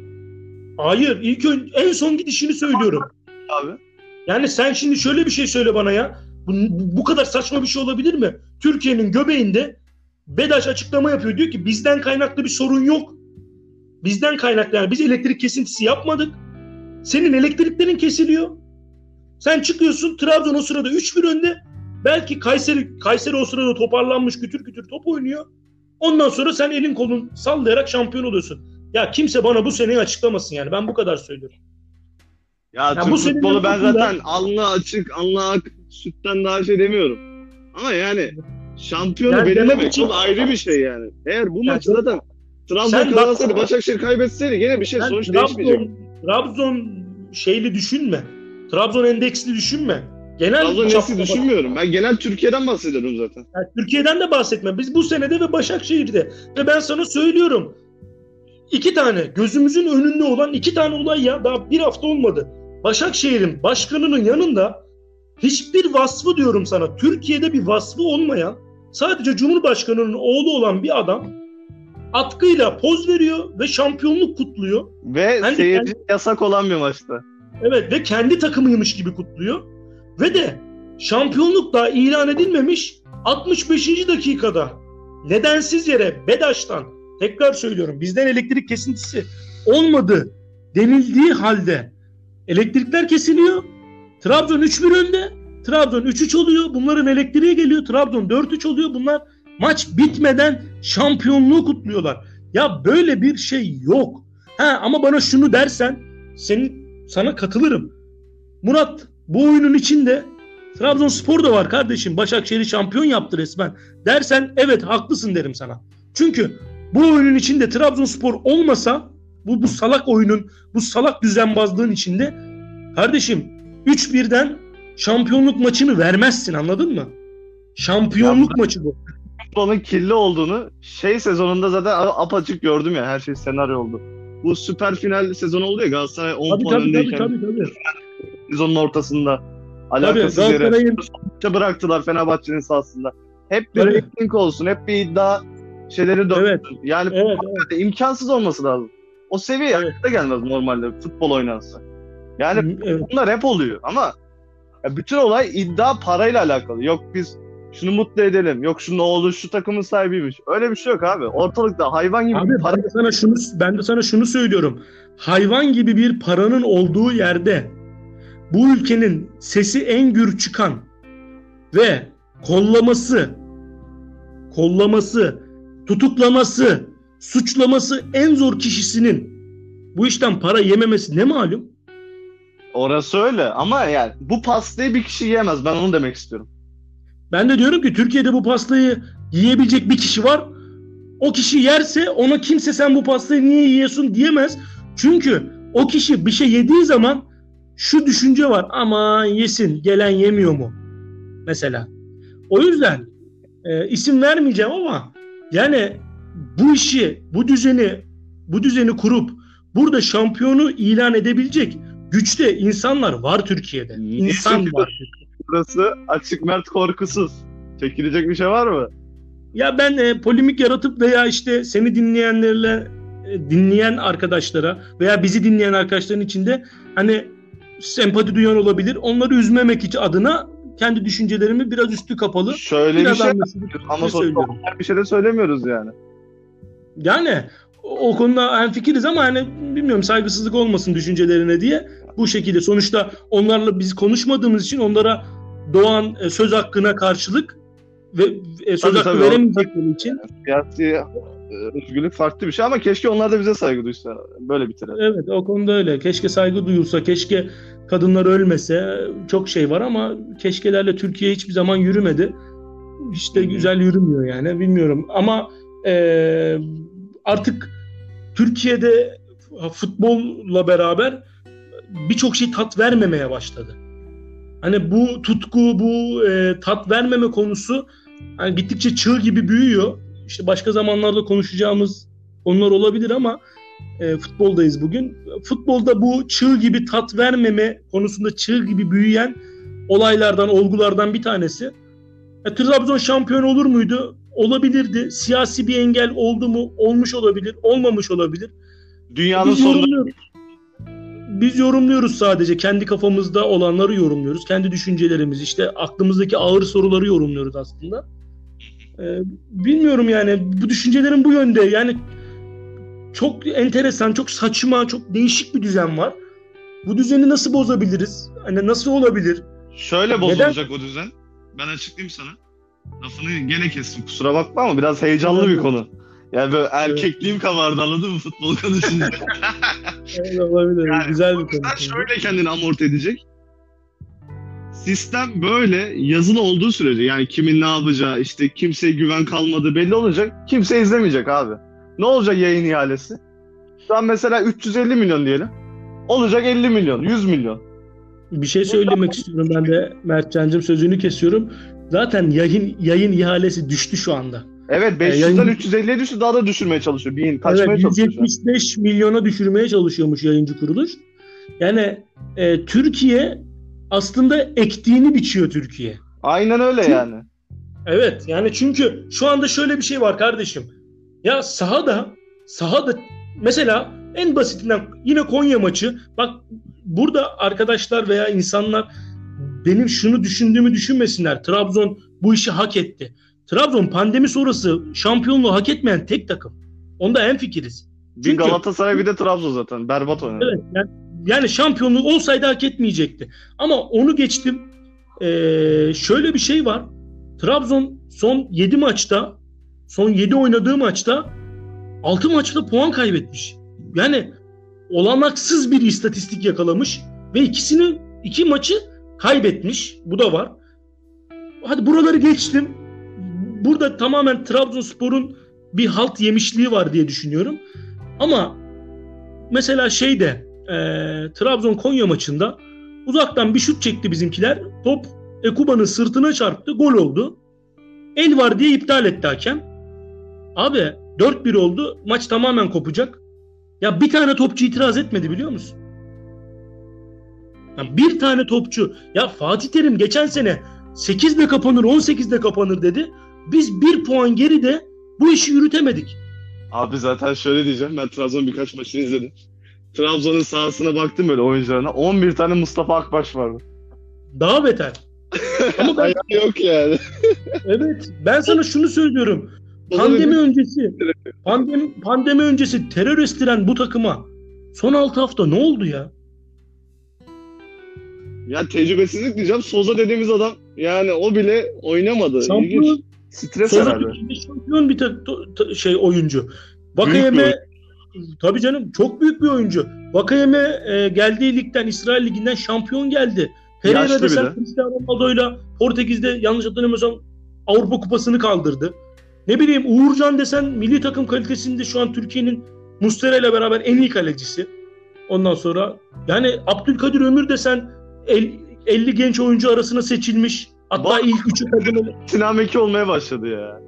B: Hayır, ilk ön, en son gidişini söylüyorum.
A: abi.
B: Yani sen şimdi şöyle bir şey söyle bana ya. Bu, bu kadar saçma bir şey olabilir mi? Türkiye'nin göbeğinde BEDAŞ açıklama yapıyor. Diyor ki bizden kaynaklı bir sorun yok. Bizden kaynaklı, yani biz elektrik kesintisi yapmadık. Senin elektriklerin kesiliyor. Sen çıkıyorsun, Trabzon o sırada üç bir önde. Belki Kayseri Kayseri o sırada toparlanmış, kütür kütür top oynuyor. Ondan sonra sen elin kolun sallayarak şampiyon oluyorsun. Ya kimse bana bu seneyi açıklamasın yani. Ben bu kadar söylüyorum.
A: Ya,
B: Ya
A: Türk
B: bu senin
A: futbolu ben
B: aklında-
A: zaten alnı açık, alnı ak, sütten daha şey demiyorum. Ama yani şampiyonu
B: Yani
A: belirlemek
B: demek için-
A: çok ayrı bir şey yani. Eğer bu
B: Yani
A: maçı zaten Trabzon
B: sen
A: kazansaydı,
B: bak-
A: Başakşehir kaybetseydi gene bir şey
B: Sen
A: sonuç değişmeyecek.
B: Trabzon, Trabzon şeyli düşünme. Trabzon endeksli düşünme. Genel
A: Trabzon
B: çapta
A: nesli
B: bak.
A: düşünmüyorum. Ben genel Türkiye'den bahsediyorum zaten.
B: Yani Türkiye'den de bahsetme. Biz bu senede ve Başakşehir'de. Ve ben sana söylüyorum. İki tane gözümüzün önünde olan iki tane olay ya. Daha bir hafta olmadı. Başakşehir'in başkanının yanında hiçbir vasfı, diyorum sana, Türkiye'de bir vasfı olmayan, sadece Cumhurbaşkanı'nın oğlu olan bir adam atkıyla poz veriyor ve şampiyonluk kutluyor.
A: Ve
B: Ben de
A: seyirci yasak olan bir maçta.
B: Evet, ve kendi takımıymış gibi kutluyor. Ve de şampiyonluk daha ilan edilmemiş altmış beşinci dakikada nedensiz yere BEDAŞ'tan, tekrar söylüyorum, bizden elektrik kesintisi olmadı denildiği halde elektrikler kesiliyor. Trabzon üç bir önde. Trabzon üç üç oluyor. Bunların elektriği geliyor. Trabzon dört üç oluyor. Bunlar maç bitmeden şampiyonluğu kutluyorlar. Ya böyle bir şey yok. Ha, ama bana şunu dersen senin sana katılırım. Murat, bu oyunun içinde Trabzonspor da var kardeşim. Başakşehir'i şampiyon yaptı resmen. Dersen evet, haklısın derim sana. Çünkü bu oyunun içinde Trabzonspor olmasa, bu bu salak oyunun, bu salak düzenbazlığın içinde kardeşim üç birden şampiyonluk maçını vermezsin, anladın mı? Şampiyonluk
A: Ya,
B: maçı bu.
A: Futbolun kirli olduğunu şey sezonunda zaten apaçık gördüm ya, her şey senaryo oldu. Bu süper final sezonu oldu ya, Galatasaray on
B: Tabii
A: puan
B: tabii tabii
A: öndeyken
B: tabii tabii.
A: sezonun ortasında
B: Tabii
A: alakasız yere
B: Galatasaray'ın
A: maça bıraktılar Fenerbahçe'nin sahasında. Hep bir
B: Tabii.
A: reyting olsun, hep bir iddia şeyleri dönsün.
B: Evet.
A: Yani
B: Evet, evet.
A: imkansız olması lazım. O seviye
B: Evet.
A: hayatta gelmez normalde futbol oynansa. Yani
B: Evet.
A: bunlar hep oluyor ama ya bütün olay iddia parayla alakalı. Yok biz şunu mutlu edelim. Yok şunun oğlu şu takımın sahibiymiş. Öyle bir şey yok abi. Ortalıkta hayvan gibi
B: Abi
A: bir para.
B: ben de sana şunu ben de sana şunu söylüyorum. Hayvan gibi bir paranın olduğu yerde bu ülkenin sesi en gür çıkan ve kollaması, kollaması, tutuklaması, suçlaması en zor kişisinin bu işten para yememesi ne malum?
A: Orası öyle ama yani bu pastayı bir kişi yiyemez. Ben onu demek istiyorum.
B: Ben de diyorum ki Türkiye'de bu pastayı yiyebilecek bir kişi var. O kişi yerse ona kimse sen bu pastayı niye yiyorsun diyemez. Çünkü o kişi bir şey yediği zaman şu düşünce var. Aman yesin, gelen yemiyor mu? Mesela. O yüzden e, isim vermeyeceğim ama yani bu işi, bu düzeni, bu düzeni kurup burada şampiyonu ilan edebilecek güçte insanlar var Türkiye'de. İnsan var.
A: Burası açık mert korkusuz. Çekilecek bir şey var mı?
B: Ya ben e, polemik yaratıp veya işte seni dinleyenlerle e, dinleyen arkadaşlara veya bizi dinleyen arkadaşların içinde hani sempati duyan olabilir. Onları üzmemek için adına kendi düşüncelerimi biraz üstü kapalı.
A: Şöyle bir şey ama
B: şey söylüyorum.
A: Bir şey de söylemiyoruz yani.
B: Yani o, o konuda hemfikiriz ama hani bilmiyorum saygısızlık olmasın düşüncelerine diye bu şekilde. Sonuçta onlarla biz konuşmadığımız için onlara doğan e, söz hakkına karşılık ve e, söz
A: tabii,
B: hakkı
A: tabii,
B: veremeyecekleri için.
A: Siyasi e, özgürlük farklı bir şey ama keşke onlar da bize saygı duysa. Böyle bitirelim.
B: Evet, o konuda öyle. Keşke saygı duyulsa, keşke kadınlar ölmese. Çok şey var ama keşkelerle Türkiye hiçbir zaman yürümedi. Hiç de güzel yürümüyor yani. Bilmiyorum ama e, artık Türkiye'de futbolla beraber birçok şey tat vermemeye başladı. Hani bu tutku, bu e, tat vermeme konusu hani gittikçe çığ gibi büyüyor. İşte başka zamanlarda konuşacağımız konular olabilir ama e, futboldayız bugün. Futbolda bu çığ gibi tat vermeme konusunda çığ gibi büyüyen olaylardan, olgulardan bir tanesi. E, Trabzon şampiyon olur muydu? Olabilirdi. Siyasi bir engel oldu mu? Olmuş olabilir, olmamış olabilir.
A: Dünyanın
B: Biz
A: sonunda...
B: yorumluyoruz. Biz yorumluyoruz sadece. Kendi kafamızda olanları yorumluyoruz. Kendi düşüncelerimizi, işte aklımızdaki ağır soruları yorumluyoruz aslında. Ee, bilmiyorum yani. Bu düşüncelerin bu yönde. Yani çok enteresan, çok saçma, çok değişik bir düzen var. Bu düzeni nasıl bozabiliriz? Hani nasıl olabilir?
A: Şöyle bozulacak o düzen. Ben açıklayayım sana. Lafını gene kestim. Kusura bakma ama biraz heyecanlı bir konu. Yani böyle erkekliğim kabardı, anladın mı futbol konusunda?
B: Evet, olabilir. Yani, güzel bir konu.
A: Şöyle kendini amorti edecek. Sistem böyle yazılı olduğu sürece, yani kimin ne yapacağı, işte kimseye güven kalmadığı belli olacak. Kimse izlemeyecek abi. Ne olacak yayın ihalesi? Şu an mesela üç yüz elli milyon diyelim. Olacak elli milyon, yüz milyon.
B: Bir şey söylemek istiyorum ben de Mertcan'cığım, sözünü kesiyorum. Zaten yayın yayın ihalesi düştü şu anda.
A: Evet, beş yüzden üç yüz elliye düştü, daha da düşürmeye çalışıyor. Bin, kaçmaya
B: evet,
A: çalışıyor.
B: yüz yetmiş beş milyona düşürmeye çalışıyormuş yayıncı kuruluş. Yani e, Türkiye aslında ektiğini biçiyor Türkiye.
A: Aynen öyle çünkü, yani.
B: Evet yani çünkü şu anda şöyle bir şey var kardeşim. Ya sahada sahada mesela en basitinden yine Konya maçı. Bak burada arkadaşlar veya insanlar benim şunu düşündüğümü düşünmesinler. Trabzon bu işi hak etti. Trabzon pandemi sonrası şampiyonluğu hak etmeyen tek takım. Onda hemfikiriz.
A: Bir Çünkü, Galatasaray bir de Trabzon zaten. Berbat oynadı.
B: Evet, yani, yani şampiyonluğu olsaydı hak etmeyecekti. Ama onu geçtim. Ee, şöyle bir şey var. Trabzon son yedi maçta, son yedi oynadığı maçta altı maçta puan kaybetmiş. Yani olanaksız bir istatistik yakalamış ve ikisini iki maçı kaybetmiş. Bu da var. Hadi buraları geçtim. Burada tamamen Trabzonspor'un bir halt yemişliği var diye düşünüyorum. Ama mesela şeyde e, Trabzon Konya maçında uzaktan bir şut çekti bizimkiler. Top Ekuba'nın sırtına çarptı. Gol oldu. El var diye iptal etti hakem. Abi dört bir oldu. Maç tamamen kopacak. Ya bir tane topçu itiraz etmedi biliyor musun? Ya bir tane topçu. Ya Fatih Terim geçen sene sekizde kapanır, on sekizde kapanır dedi. Biz bir puan geride bu işi yürütemedik.
A: Abi zaten şöyle diyeceğim. Ben Trabzon'un birkaç maçını izledim. Trabzon'un sahasına baktım böyle oyuncularına. on bir tane Mustafa Akbaş vardı.
B: Daha beter. Ama ben...
A: yok yani.
B: Evet. Ben sana şunu söylüyorum. Pandemi öncesi pandemi, pandemi öncesi terör estiren bu takıma son altı hafta ne oldu ya?
A: Ya tecrübesizlik diyeceğim. Soza dediğimiz adam yani o bile oynamadı.
B: Şampiyon,
A: İlginç. Stres
B: Soza
A: herhalde.
B: Şampiyon bir ta, ta, şey oyuncu. Vakayeme tabii canım çok büyük bir oyuncu. Vakayeme e, geldiği ligden, İsrail liginden şampiyon geldi. Pereira desen Cristiano Ronaldo'yla Portekiz'de yanlış hatırlamıyorsam Avrupa Kupası'nı kaldırdı. Ne bileyim Uğurcan desen milli takım kalitesinde şu an Türkiye'nin Muslera ile beraber en iyi kalecisi. Ondan sonra yani Abdülkadir Ömür desen elli genç oyuncu arasına seçilmiş. Hatta Bak, ilk üçü kadını.
A: Sinameki olmaya başladı ya.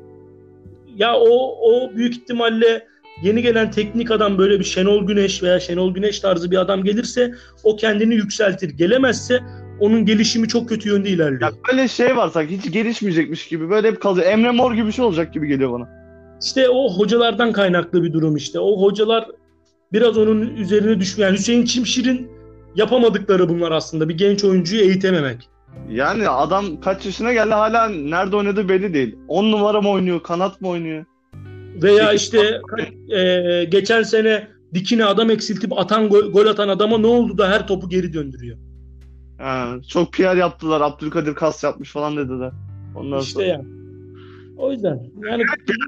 B: Ya o o büyük ihtimalle yeni gelen teknik adam böyle bir Şenol Güneş veya Şenol Güneş tarzı bir adam gelirse o kendini yükseltir. Gelemezse onun gelişimi çok kötü yönde ilerliyor. Ya
A: böyle şey var sanki hiç gelişmeyecekmiş gibi. Böyle hep kalıyor. Emre Mor gibi bir şey olacak gibi geliyor bana.
B: İşte o hocalardan kaynaklı bir durum işte. O hocalar biraz onun üzerine düşmüyor. Yani Hüseyin Çimşir'in yapamadıkları bunlar aslında. Bir genç oyuncuyu eğitememek.
A: Yani adam kaç yaşına geldi hala nerede oynadığı belli değil. on numara mı oynuyor, kanat mı oynuyor?
B: Veya işte e, geçen sene dikine adam eksiltip atan gol, gol atan adama ne oldu da her topu geri döndürüyor.
A: Ha, çok P R yaptılar. Abdülkadir kas yapmış falan dediler. Ondan
B: işte
A: sonra.
B: yani. O yüzden yani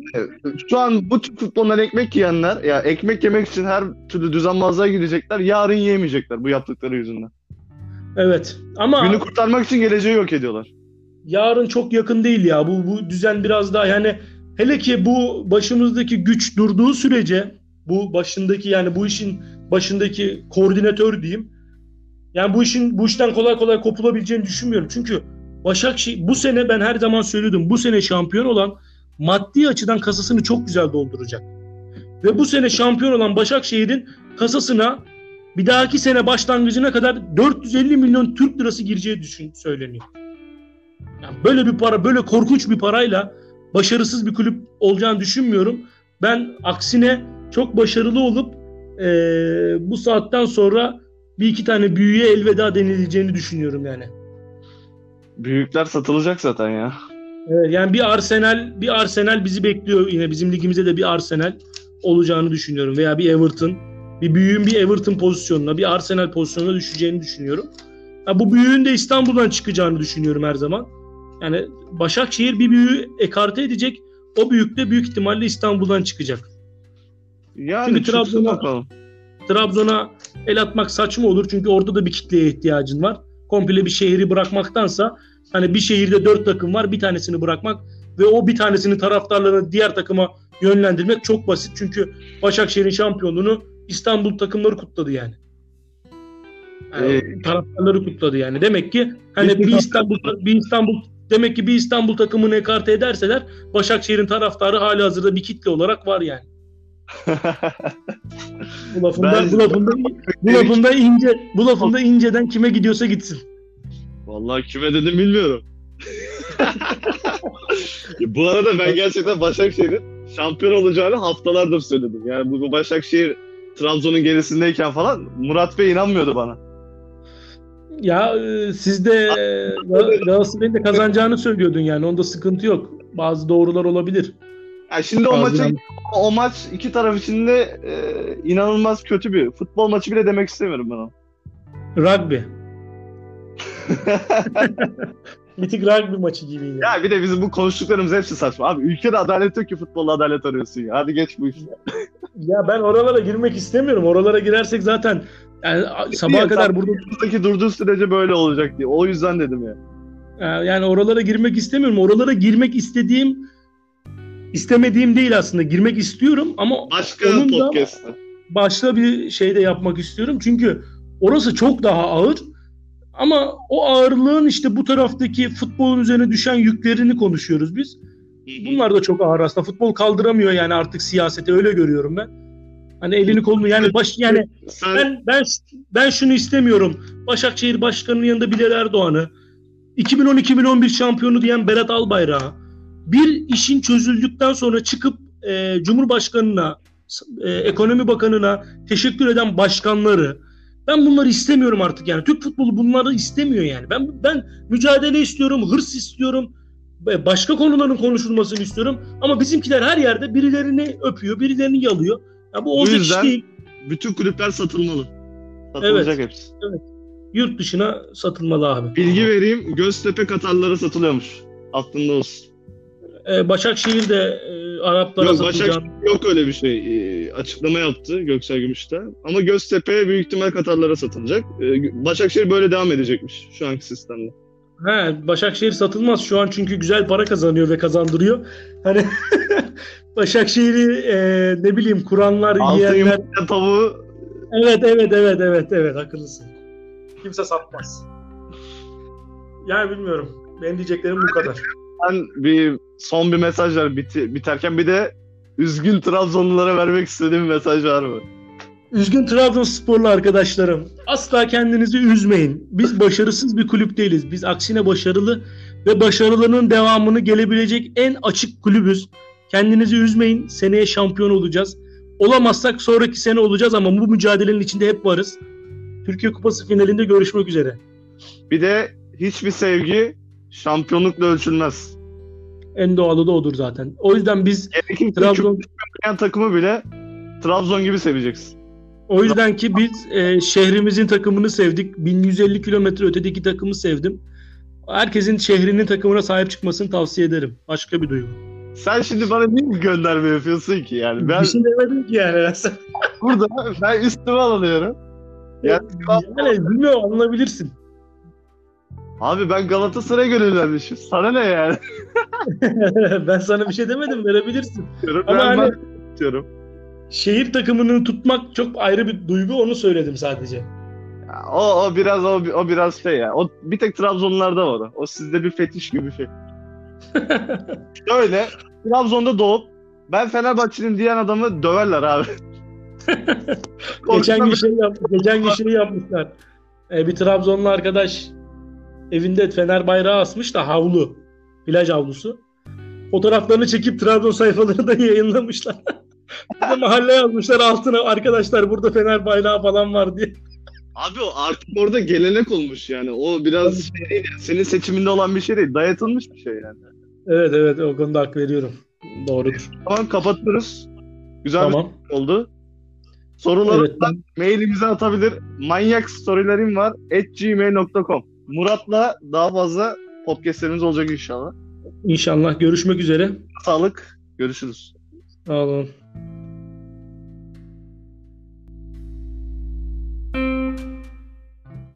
A: şu an bu tür futboldan ekmek yiyenler ya ekmek yemek için her türlü düzenbazlığa gidecekler. Yarın yiyemeyecekler bu yaptıkları yüzünden.
B: Evet. Ama
A: günü kurtarmak için geleceği yok ediyorlar.
B: Yarın çok yakın değil ya. Bu bu düzen biraz daha yani hele ki bu başımızdaki güç durduğu sürece bu başındaki yani bu işin başındaki koordinatör diyeyim. Yani bu işin bu işten kolay kolay kopulabileceğini düşünmüyorum. Çünkü Başakşehir bu sene ben her zaman söylüyordum. Bu sene şampiyon olan maddi açıdan kasasını çok güzel dolduracak. Ve bu sene şampiyon olan Başakşehir'in kasasına bir dahaki sene başlangıcına kadar dört yüz elli milyon Türk lirası gireceği düşün söyleniyor. Yani böyle bir para, böyle korkunç bir parayla başarısız bir kulüp olacağını düşünmüyorum. Ben aksine çok başarılı olup e, bu saatten sonra bir iki tane büyüğe elveda denileceğini düşünüyorum yani.
A: Büyükler satılacak zaten ya.
B: Evet, yani bir Arsenal, bir Arsenal bizi bekliyor yine bizim ligimizde de bir Arsenal olacağını düşünüyorum veya bir Everton, bir büyüğün bir Everton pozisyonuna, bir Arsenal pozisyonuna düşeceğini düşünüyorum. Ya bu büyüğün de İstanbul'dan çıkacağını düşünüyorum her zaman. Yani Başakşehir bir büyüğü ekarte edecek. O büyük de büyük ihtimalle İstanbul'dan çıkacak.
A: Yani
B: çünkü Trabzon'a, Trabzon'a el atmak saçma olur. Çünkü orada da bir kitleye ihtiyacın var. Komple bir şehri bırakmaktansa hani bir şehirde dört takım var. Bir tanesini bırakmak ve o bir tanesinin taraftarlarını diğer takıma yönlendirmek çok basit. Çünkü Başakşehir'in şampiyonluğunu İstanbul takımları kutladı yani. Yani ee, taraftarları kutladı yani. Demek ki hani bir İstanbul bir İstanbul demek ki bir İstanbul takımını ekarte ederseler Başakşehir'in taraftarı halihazırda bir kitle olarak var yani. bu lafında ben, bu lafında bu lafında ince bu lafında inceden kime gidiyorsa gitsin.
A: Vallahi kime dedim bilmiyorum. Bu arada ben gerçekten Başakşehir'in şampiyon olacağını haftalardır söyledim. Yani bu Başakşehir Trabzon'un gerisindeyken falan Murat Bey inanmıyordu bana.
B: Ya siz de Galatasaray'ın da kazanacağını söylüyordun yani. Onda sıkıntı yok. Bazı doğrular olabilir.
A: Ya şimdi o maçı o maç iki taraf için de e, inanılmaz kötü bir futbol maçı bile demek istemiyorum ben ona.
B: Rugby. Bir tık rugby maçı gibi. Yani.
A: Ya bir de bizim bu konuştuklarımız hepsi saçma. Abi ülkede adalet yok ki futbolda adalet arıyorsun ya. Hadi geç bu işi.
B: Ya ben oralara girmek istemiyorum. Oralara girersek zaten yani sabaha ya, kadar burada
A: buradaki durduğu sürece böyle olacak diye. O yüzden dedim ya.
B: Yani oralara girmek istemiyorum. Oralara girmek istediğim istemediğim değil aslında. Girmek istiyorum ama
A: başka
B: onun
A: podcast'ta.
B: Da başka bir şey de yapmak istiyorum. Çünkü orası çok daha ağır. Ama o ağırlığın işte bu taraftaki futbolun üzerine düşen yüklerini konuşuyoruz biz. Bunlar da çok ağır aslında. Futbol kaldıramıyor yani artık siyaseti, öyle görüyorum ben. Hani elini kolunu yani baş yani Sen... ben ben ben şunu istemiyorum. Başakşehir Başkanı'nın yanında Bilal Erdoğan'ı, iki bin on iki iki bin on bir şampiyonu diyen Berat Albayrak'ı, bir işin çözüldükten sonra çıkıp e, Cumhurbaşkanı'na, e, Ekonomi Bakanı'na teşekkür eden başkanları, ben bunları istemiyorum artık yani. Türk futbolu bunları istemiyor yani. Ben ben mücadele istiyorum, hırs istiyorum. Başka konuların konuşulmasını istiyorum. Ama bizimkiler her yerde birilerini öpüyor, birilerini yalıyor. Ya bu olacak iş değil.
A: Bütün kulüpler satılmalı. Satılacak
B: evet,
A: hepsi.
B: Evet. Yurt dışına satılmalı abi.
A: Bilgi vereyim. Göztepe Katarlara satılıyormuş. Aklında olsun.
B: Ee, Başakşehir de e, Araplara
A: yok,
B: satılacağını...
A: Başakşehir yok öyle bir şey. Ee, açıklama yaptı Göksel Gümüş'te. Ama Göztepe büyük ihtimal Katarlara satılacak. Ee, Başakşehir böyle devam edecekmiş şu anki sistemde.
B: He, Başakşehir satılmaz şu an çünkü güzel para kazanıyor ve kazandırıyor. Hani Başakşehir'i e, ne bileyim kuranlar,
A: altı
B: yiyenler...
A: tavuğu
B: Evet, evet, evet, evet, evet, haklısın. Kimse satmaz. Yani bilmiyorum. Benim diyeceklerim bu kadar.
A: Ben bir son bir mesaj var biti- biterken, bir de üzgün Trabzonlulara vermek istediğim bir mesaj var mı?
B: Üzgün Trabzonsporlu arkadaşlarım, asla kendinizi üzmeyin. Biz başarısız bir kulüp değiliz. Biz aksine başarılı ve başarılarının devamını gelebilecek en açık kulübüz. Kendinizi üzmeyin. Seneye şampiyon olacağız. Olamazsak sonraki sene olacağız ama bu mücadelenin içinde hep varız. Türkiye Kupası finalinde görüşmek üzere.
A: Bir de hiçbir sevgi şampiyonlukla ölçülmez.
B: En doğalı da odur zaten. O yüzden biz
A: Gerekirse
B: Trabzon
A: küçük takımı bile Trabzon gibi seveceksin.
B: O yüzden ki biz e, şehrimizin takımını sevdik. bin yüz elli kilometre ötedeki takımı sevdim. Herkesin şehrinin takımına sahip çıkmasını tavsiye ederim. Başka bir duygu.
A: Sen şimdi bana niye gönderme yapıyorsun ki yani? Ben
B: Bir şey demedim ki yani.
A: burada ben üstüme alınıyorum. Yani,
B: Yani bilmiyorum, anlayabilirsin.
A: abi ben Galatasaray'a gönül vermişim. Sana ne yani?
B: Ben sana bir şey demedim, verebilirsin.
A: Diyorum.
B: Ama
A: ben,
B: hani
A: ben diyorum.
B: şehir takımını tutmak çok ayrı bir duygu, onu söyledim sadece.
A: Ya, o o biraz o, o biraz şey ya. O bir tek Trabzonlularda var o. O sizde bir fetiş gibi bir şey. Şöyle Trabzon'da doğup ben Fenerbahçeliyim diyen adamı döverler abi.
B: Geçen gün şey yap, geçen gün şey yapmışlar. Ee, bir Trabzonlu arkadaş evinde Fener bayrağı asmış da, havlu, plaj havlusu. Fotoğraflarını çekip Trabzon sayfalarında yayınlamışlar. Bir de mahalle yazmışlar altına, arkadaşlar burada Fener bayrağı falan var diye.
A: Abi o artık orada gelenek olmuş yani. O biraz şey değil yani. Senin seçiminde olan bir şey değil. Dayatılmış bir şey yani.
B: Evet, evet, o konuda hak veriyorum. Doğrudur.
A: Tamam, kapatıyoruz. Güzel
B: Tamam.
A: bir şey oldu. Soruları
B: Evet, ben...
A: mailimize atabilir. Manyak storylerim var at gmail nokta com. Murat'la daha fazla podcastlerimiz olacak inşallah.
B: İnşallah görüşmek üzere.
A: Sağlık. Görüşürüz.
B: Sağ olun.